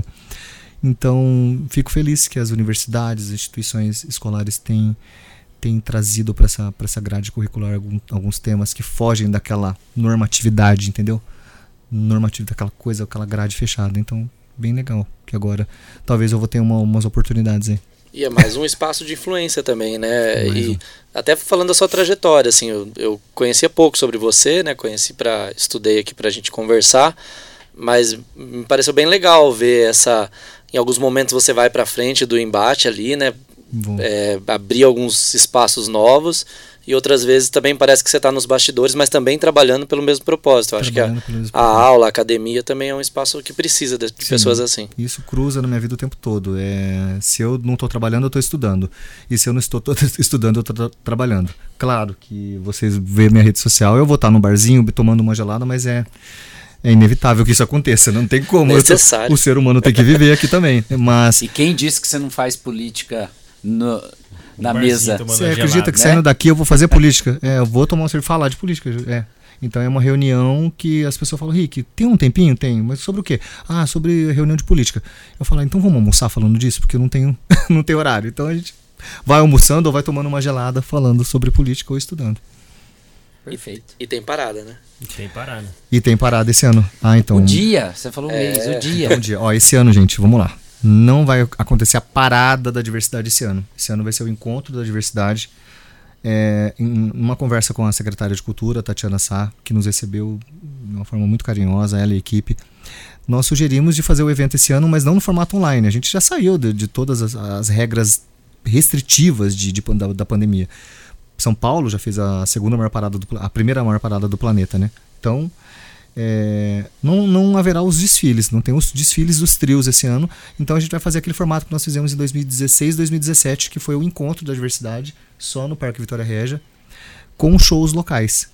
Então fico feliz que as universidades, as instituições escolares têm, têm trazido para essa, para essa grade curricular algum, alguns temas que fogem daquela normatividade, entendeu? Normatividade, daquela coisa, aquela grade fechada. Então, bem legal, que agora talvez eu vou ter uma, umas oportunidades aí. E é mais um espaço de influência também, né? Mais E um. até falando da sua trajetória, assim, eu, eu conhecia pouco sobre você, né? Conheci para estudei aqui pra gente conversar, mas me pareceu bem legal ver essa, em alguns momentos você vai para frente do embate ali, né? Vou- É, abrir alguns espaços novos, e outras vezes também parece que você está nos bastidores, mas também trabalhando pelo mesmo propósito. Eu acho que a, trabalhando pelo mesmo a propósito. aula, a academia também é um espaço que precisa de, de Sim. pessoas assim. Isso cruza na minha vida o tempo todo. É, se eu não estou trabalhando, eu estou estudando. E se eu não estou tô estudando, eu estou tra- trabalhando. Claro que vocês vêem minha rede social, eu vou estar num barzinho tomando uma gelada, mas é, é inevitável que isso aconteça. Não tem como. Eu tô- Necessário. o ser humano tem que viver aqui também. Mas E quem disse que você não faz política no- na barzinho mesa? tomando você uma acredita gelada, que né? saindo daqui eu vou fazer política? É, eu vou tomar um cerveja, falar de política. É. Então é uma reunião que as pessoas falam, Rick, tem um tempinho? Tem. Mas sobre o quê? Ah, sobre reunião de política. Eu falo, ah, então vamos almoçar falando disso, porque eu não tenho, não tenho horário. Então a gente vai almoçando ou vai tomando uma gelada falando sobre política ou estudando. Perfeito. E tem parada, né? E tem parada. E tem parada esse ano. Ah, então. O dia, você falou É. mês, o dia. Bom dia. Ó, esse ano, gente, vamos lá. Não vai acontecer a parada da diversidade esse ano. Esse ano vai ser o encontro da diversidade. É, em uma conversa com a secretária de Cultura, Tatiana Sá, que nos recebeu de uma forma muito carinhosa, ela e a equipe, nós sugerimos de fazer o evento esse ano, mas não no formato online. A gente já saiu de, de todas as, as regras restritivas de, de, da, da pandemia. São Paulo já fez a segunda maior parada, do, a primeira maior parada do planeta, né? Então, é, não, não haverá os desfiles, não tem os desfiles dos trios esse ano, então a gente vai fazer aquele formato que nós fizemos em dois mil e dezesseis, dois mil e dezessete, que foi o encontro da diversidade, só no Parque Vitória Régia, com shows locais.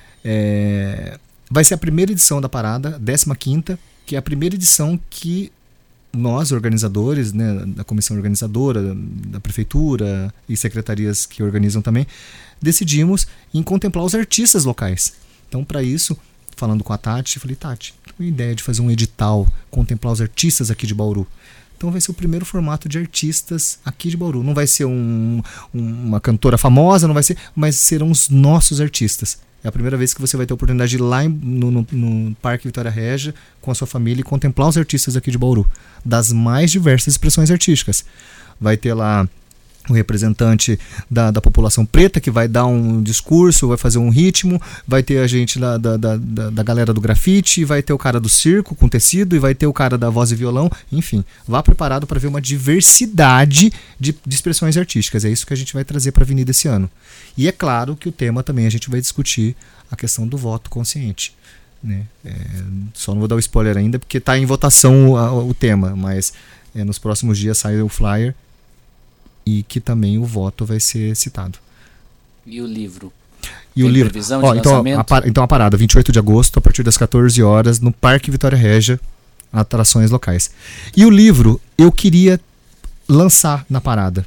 É, vai ser a primeira edição da parada, décima quinta, que é a primeira edição que nós, organizadores, né, da comissão organizadora, da prefeitura e secretarias que organizam também, decidimos em contemplar os artistas locais. Então, para isso, falando com a Tati, eu falei, Tati, tem uma ideia de fazer um edital, contemplar os artistas aqui de Bauru. Então vai ser o primeiro formato de artistas aqui de Bauru. Não vai ser um, um, uma cantora famosa, não vai ser, mas serão os nossos artistas. É a primeira vez que você vai ter a oportunidade de ir lá em, no, no, no Parque Vitória Régia com a sua família e contemplar os artistas aqui de Bauru, das mais diversas expressões artísticas. Vai ter lá o representante da, da população preta que vai dar um discurso, vai fazer um ritmo, vai ter a gente lá da, da, da, da galera do grafite, vai ter o cara do circo com tecido e vai ter o cara da voz e violão, enfim, vá preparado para ver uma diversidade de, de expressões artísticas. É isso que a gente vai trazer para a Avenida esse ano. E é claro que o tema também a gente vai discutir a questão do voto consciente, né? É, só não vou dar o spoiler ainda porque está em votação o, o tema, mas é, nos próximos dias sai o flyer. e que também o voto vai ser citado. E o livro? E Tem o livro, previsão ó, de então, lançamento? a, então a parada, vinte e oito de agosto, a partir das quatorze horas, no Parque Vitória Régia, atrações locais. E o livro, eu queria lançar na parada,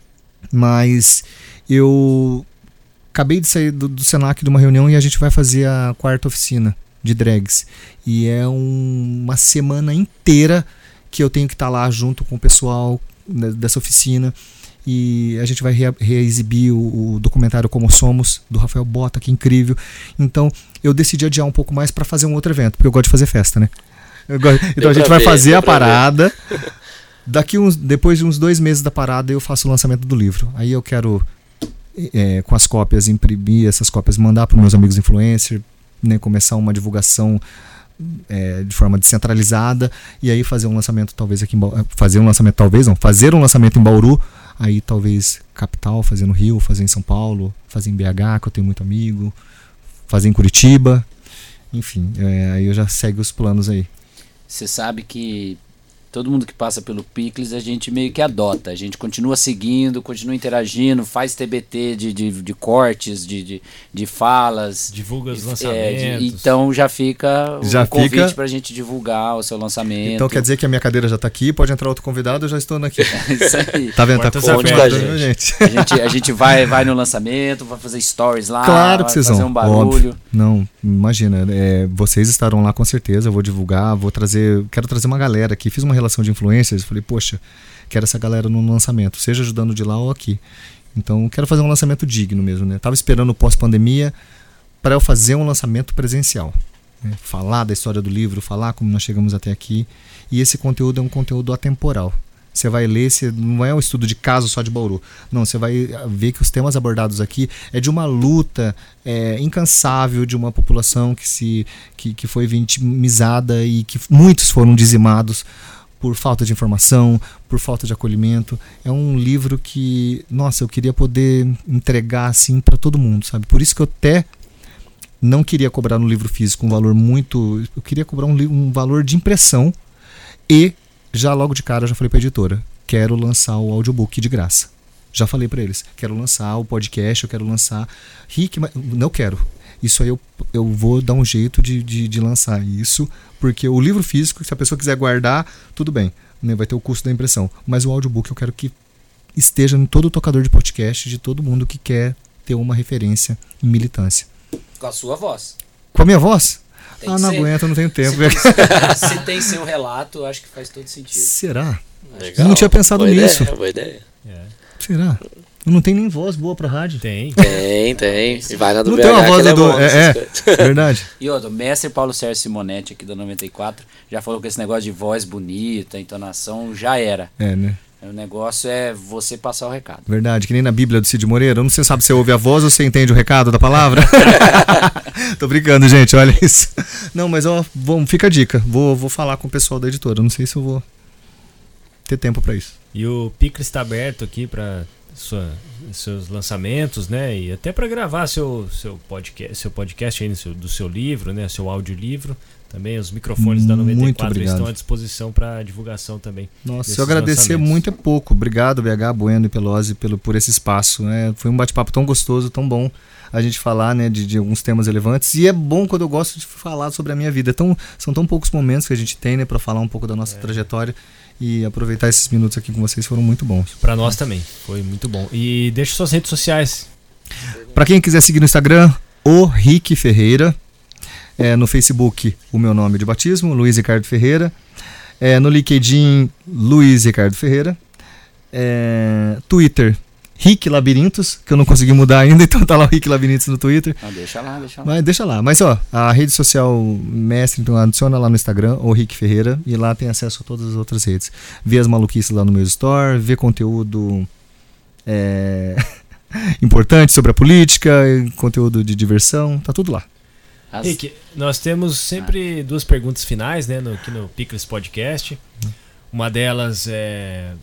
mas eu acabei de sair do, do Senac de uma reunião e a gente vai fazer a quarta oficina de drags. E é um, uma semana inteira que eu tenho que estar lá junto com o pessoal dessa oficina. E a gente vai re- reexibir o, o documentário Como Somos, do Rafael Bota, que é incrível. Então eu decidi adiar um pouco mais para fazer um outro evento, porque eu gosto de fazer festa, né? Eu gosto, então a gente vai ver, fazer a parada. Daqui uns, depois de uns dois meses da parada, eu faço o lançamento do livro. Aí eu quero, é, com as cópias, imprimir essas cópias, mandar para os meus amigos influencers, né, começar uma divulgação é, de forma descentralizada, e aí fazer um lançamento talvez aqui em Bauru, fazer um lançamento talvez não, fazer um lançamento em Bauru, aí talvez capital, fazer no Rio, fazer em São Paulo, fazer em B H, que eu tenho muito amigo, fazer em Curitiba, enfim, é, aí eu já segue os planos aí. Você sabe que todo mundo que passa pelo Picles a gente meio que adota, a gente continua seguindo, continua interagindo, faz T B T de, de, de cortes, de, de, de falas. Divulga os é, lançamentos. de, então já fica o já convite fica... pra gente divulgar o seu lançamento. Então quer dizer que a minha cadeira já tá aqui, pode entrar outro convidado, eu já estou aqui. Isso aí. Tá vendo? Tá confirmado, gente. gente. A gente, a gente vai, vai no lançamento, vai fazer stories lá, claro que vai vocês fazer vão. um barulho. Óbvio. Não, imagina, é, vocês estarão lá com certeza, eu vou divulgar, vou trazer, quero trazer uma galera aqui, fiz uma relação de influencers, falei, poxa, quero essa galera no lançamento, seja ajudando de lá ou aqui. Então, quero fazer um lançamento digno mesmo, né? Tava esperando o pós-pandemia para eu fazer um lançamento presencial. Né? Falar da história do livro, falar como nós chegamos até aqui. E esse conteúdo é um conteúdo atemporal. Você vai ler, você, não é um estudo de caso só de Bauru. Não, você vai ver que os temas abordados aqui é de uma luta é, incansável de uma população que, se, que, que foi vitimizada e que muitos foram dizimados por falta de informação, por falta de acolhimento. É um livro que, nossa, eu queria poder entregar assim para todo mundo, sabe? Por isso que eu até não queria cobrar no livro físico um valor muito... Eu queria cobrar um, um valor de impressão e já logo de cara eu já falei para a editora, quero lançar o audiobook de graça. Já falei para eles, quero lançar o podcast, eu quero lançar... Rick, mas não quero. Isso aí eu, eu vou dar um jeito de, de, de lançar isso, porque o livro físico, se a pessoa quiser guardar, tudo bem, né, vai ter o custo da impressão. Mas o audiobook eu quero que esteja em todo o tocador de podcast de todo mundo que quer ter uma referência em militância. Com a sua voz. Com a minha voz? Tem ah, que não ser. aguento, não tenho tempo. Se, se tem seu relato, acho que faz todo sentido. Será? Legal. Não tinha pensado boa nisso. Ideia, boa ideia. É. Será? Eu não tenho nem voz boa pra rádio. Tem. Tem, tem. E vai na do Não B H tem uma que voz ele é do... bom É, é, nessas coisas. verdade. E outro, o mestre Paulo Sérgio Simonetti aqui da noventa e quatro já falou que esse negócio de voz bonita, entonação, já era. É, né? O negócio é você passar o recado. Verdade, que nem na Bíblia do Cid Moreira. Eu não sei, sabe se você ouve a voz ou você entende o recado da palavra. Tô brincando, gente, olha isso. Não, mas ó, vamos, fica a dica. Vou, vou falar com o pessoal da editora. Não sei se eu vou ter tempo pra isso. E o Picles está aberto aqui para seus lançamentos, né? E até para gravar seu, seu podcast, seu podcast aí no seu, do seu livro, né? Seu audiolivro. Também os microfones da noventa e quatro estão à disposição para divulgação também. Nossa, se eu agradecer muito é pouco. Obrigado, B H, Bueno e Pelosi, pelo, por esse espaço. Né? Foi um bate-papo tão gostoso, tão bom a gente falar, né, de, de alguns temas relevantes. E é bom quando eu gosto de falar sobre a minha vida. Tão, são tão poucos momentos que a gente tem, né, para falar um pouco da nossa é. trajetória. E aproveitar esses minutos aqui com vocês foram muito bons. Para nós também, foi muito bom. E deixa suas redes sociais. Para quem quiser seguir no Instagram, o Rick Ferreira. É, no Facebook, o meu nome de batismo, Luiz Ricardo Ferreira. É, no LinkedIn, Luiz Ricardo Ferreira. É, Twitter, Rick Labirintos, que eu não consegui mudar ainda, então tá lá o Rick Labirintos no Twitter. Não, deixa lá, deixa lá. Mas deixa lá. Mas ó, a rede social mestre, então adiciona lá no Instagram, o Rick Ferreira, e lá tem acesso a todas as outras redes. Vê as maluquices lá no meu store, vê conteúdo é, importante sobre a política, conteúdo de diversão, tá tudo lá. As... Rick, nós temos sempre ah. duas perguntas finais, né, no, aqui no Picles Podcast. Uma delas é: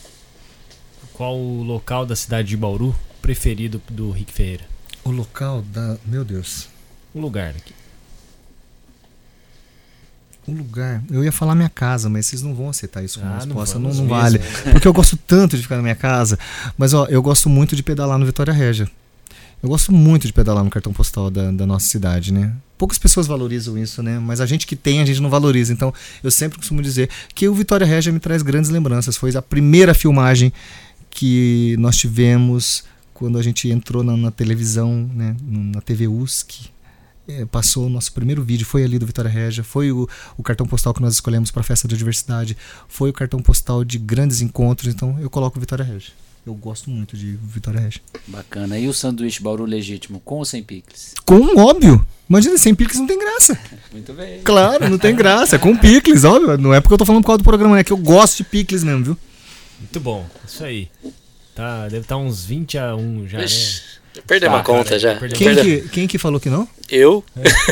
qual o local da cidade de Bauru preferido do Rick Ferreira? O local da... Meu Deus. Um lugar aqui. Um lugar, eu ia falar minha casa, mas vocês não vão aceitar isso como Ah, resposta, não não, não, vamos vale. mesmo. Porque eu gosto tanto de ficar na minha casa, mas ó, eu gosto muito de pedalar no Vitória Régia. Eu gosto muito de pedalar no cartão postal da, da nossa cidade, né? Poucas pessoas valorizam isso, né? Mas a gente que tem, a gente não valoriza. Então, eu sempre costumo dizer que o Vitória Régia me traz grandes lembranças. Foi a primeira filmagem que nós tivemos quando a gente entrou na, na televisão, né? Na T V U S C. É, passou o nosso primeiro vídeo, foi ali do Vitória Régia, foi o, o cartão postal que nós escolhemos para a Festa da Diversidade, foi o cartão postal de grandes encontros. Então, eu coloco o Vitória Régia. Eu gosto muito de Vitória Régia. Bacana. E o sanduíche Bauru legítimo, com ou sem picles? Com óbvio. Imagina, sem picles não tem graça. Muito bem. Claro, não tem graça. É com picles, óbvio. Não é porque eu tô falando por causa do programa, é que eu gosto de picles mesmo, viu? Muito bom, isso aí. Tá, deve estar uns vinte a um já, Ixi, né? perdemos Tá, a conta cara, já. perdemos. Quem Perdemos. que, quem que falou que não? Eu?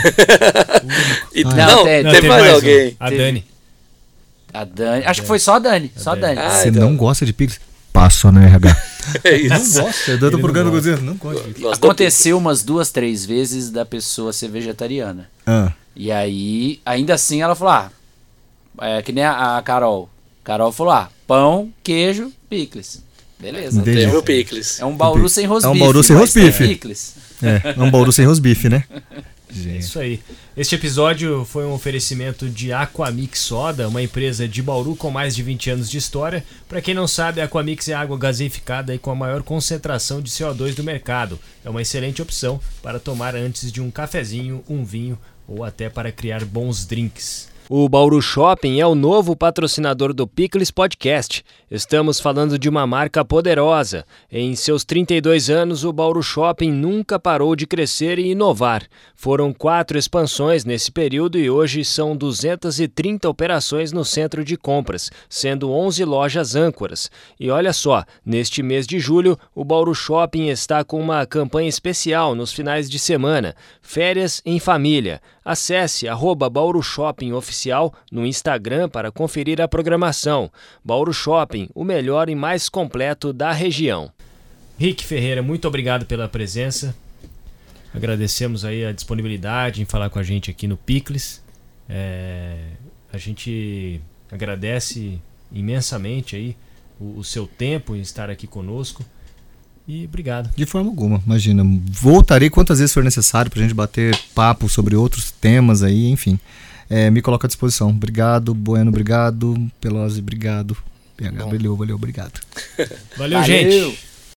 E- Ah, não, não, tem- teve, tem mais, mais um. alguém. A Teve. Dani. A Dani. Acho que foi só a Dani. Só a Dani. Dani. Ah, Você então. não gosta de picles? Passa no R H. É Não isso. gosta. Eu tô Ele não procurando gosta. coisa. Não gosta de picles. Gosto do Aconteceu umas duas, três vezes da pessoa ser vegetariana. Ah, E aí, ainda assim, ela falou: ah, é que nem a, a Carol. Carol falou: ah, pão, queijo, picles. Beleza. Entendi. Teve o Picles. É um Bauru sem rosbife. É um Bauru sem mas tem rosbife. picles. é. É um Bauru sem rosbife, né? É Gente. isso aí. Este episódio foi um oferecimento de Aquamix Soda, uma empresa de Bauru com mais de vinte anos de história. Para quem não sabe, a Aquamix é água gaseificada e com a maior concentração de C O dois do mercado. É uma excelente opção para tomar antes de um cafezinho, um vinho ou até para criar bons drinks. O Bauru Shopping é o novo patrocinador do Pickles Podcast. Estamos falando de uma marca poderosa. Em seus trinta e dois anos, o Bauru Shopping nunca parou de crescer e inovar. Foram quatro expansões nesse período e hoje são duzentas e trinta operações no centro de compras, sendo onze lojas âncoras. E olha só, neste mês de julho, o Bauru Shopping está com uma campanha especial nos finais de semana. Férias em família. Acesse arroba Bauru Shopping Oficial no Instagram para conferir a programação. Bauru Shopping, o melhor e mais completo da região. Rick Ferreira, muito obrigado pela presença. Agradecemos aí a disponibilidade em falar com a gente aqui no Pickles. É, a gente agradece imensamente aí o, o seu tempo em estar aqui conosco. E obrigado. De forma alguma, imagina. Voltarei quantas vezes for necessário pra gente bater papo sobre outros temas aí, enfim. É, me coloco à disposição. Obrigado, Bueno, obrigado. Pelosi, obrigado. P H, valeu, valeu, obrigado. Valeu, Valeu. gente.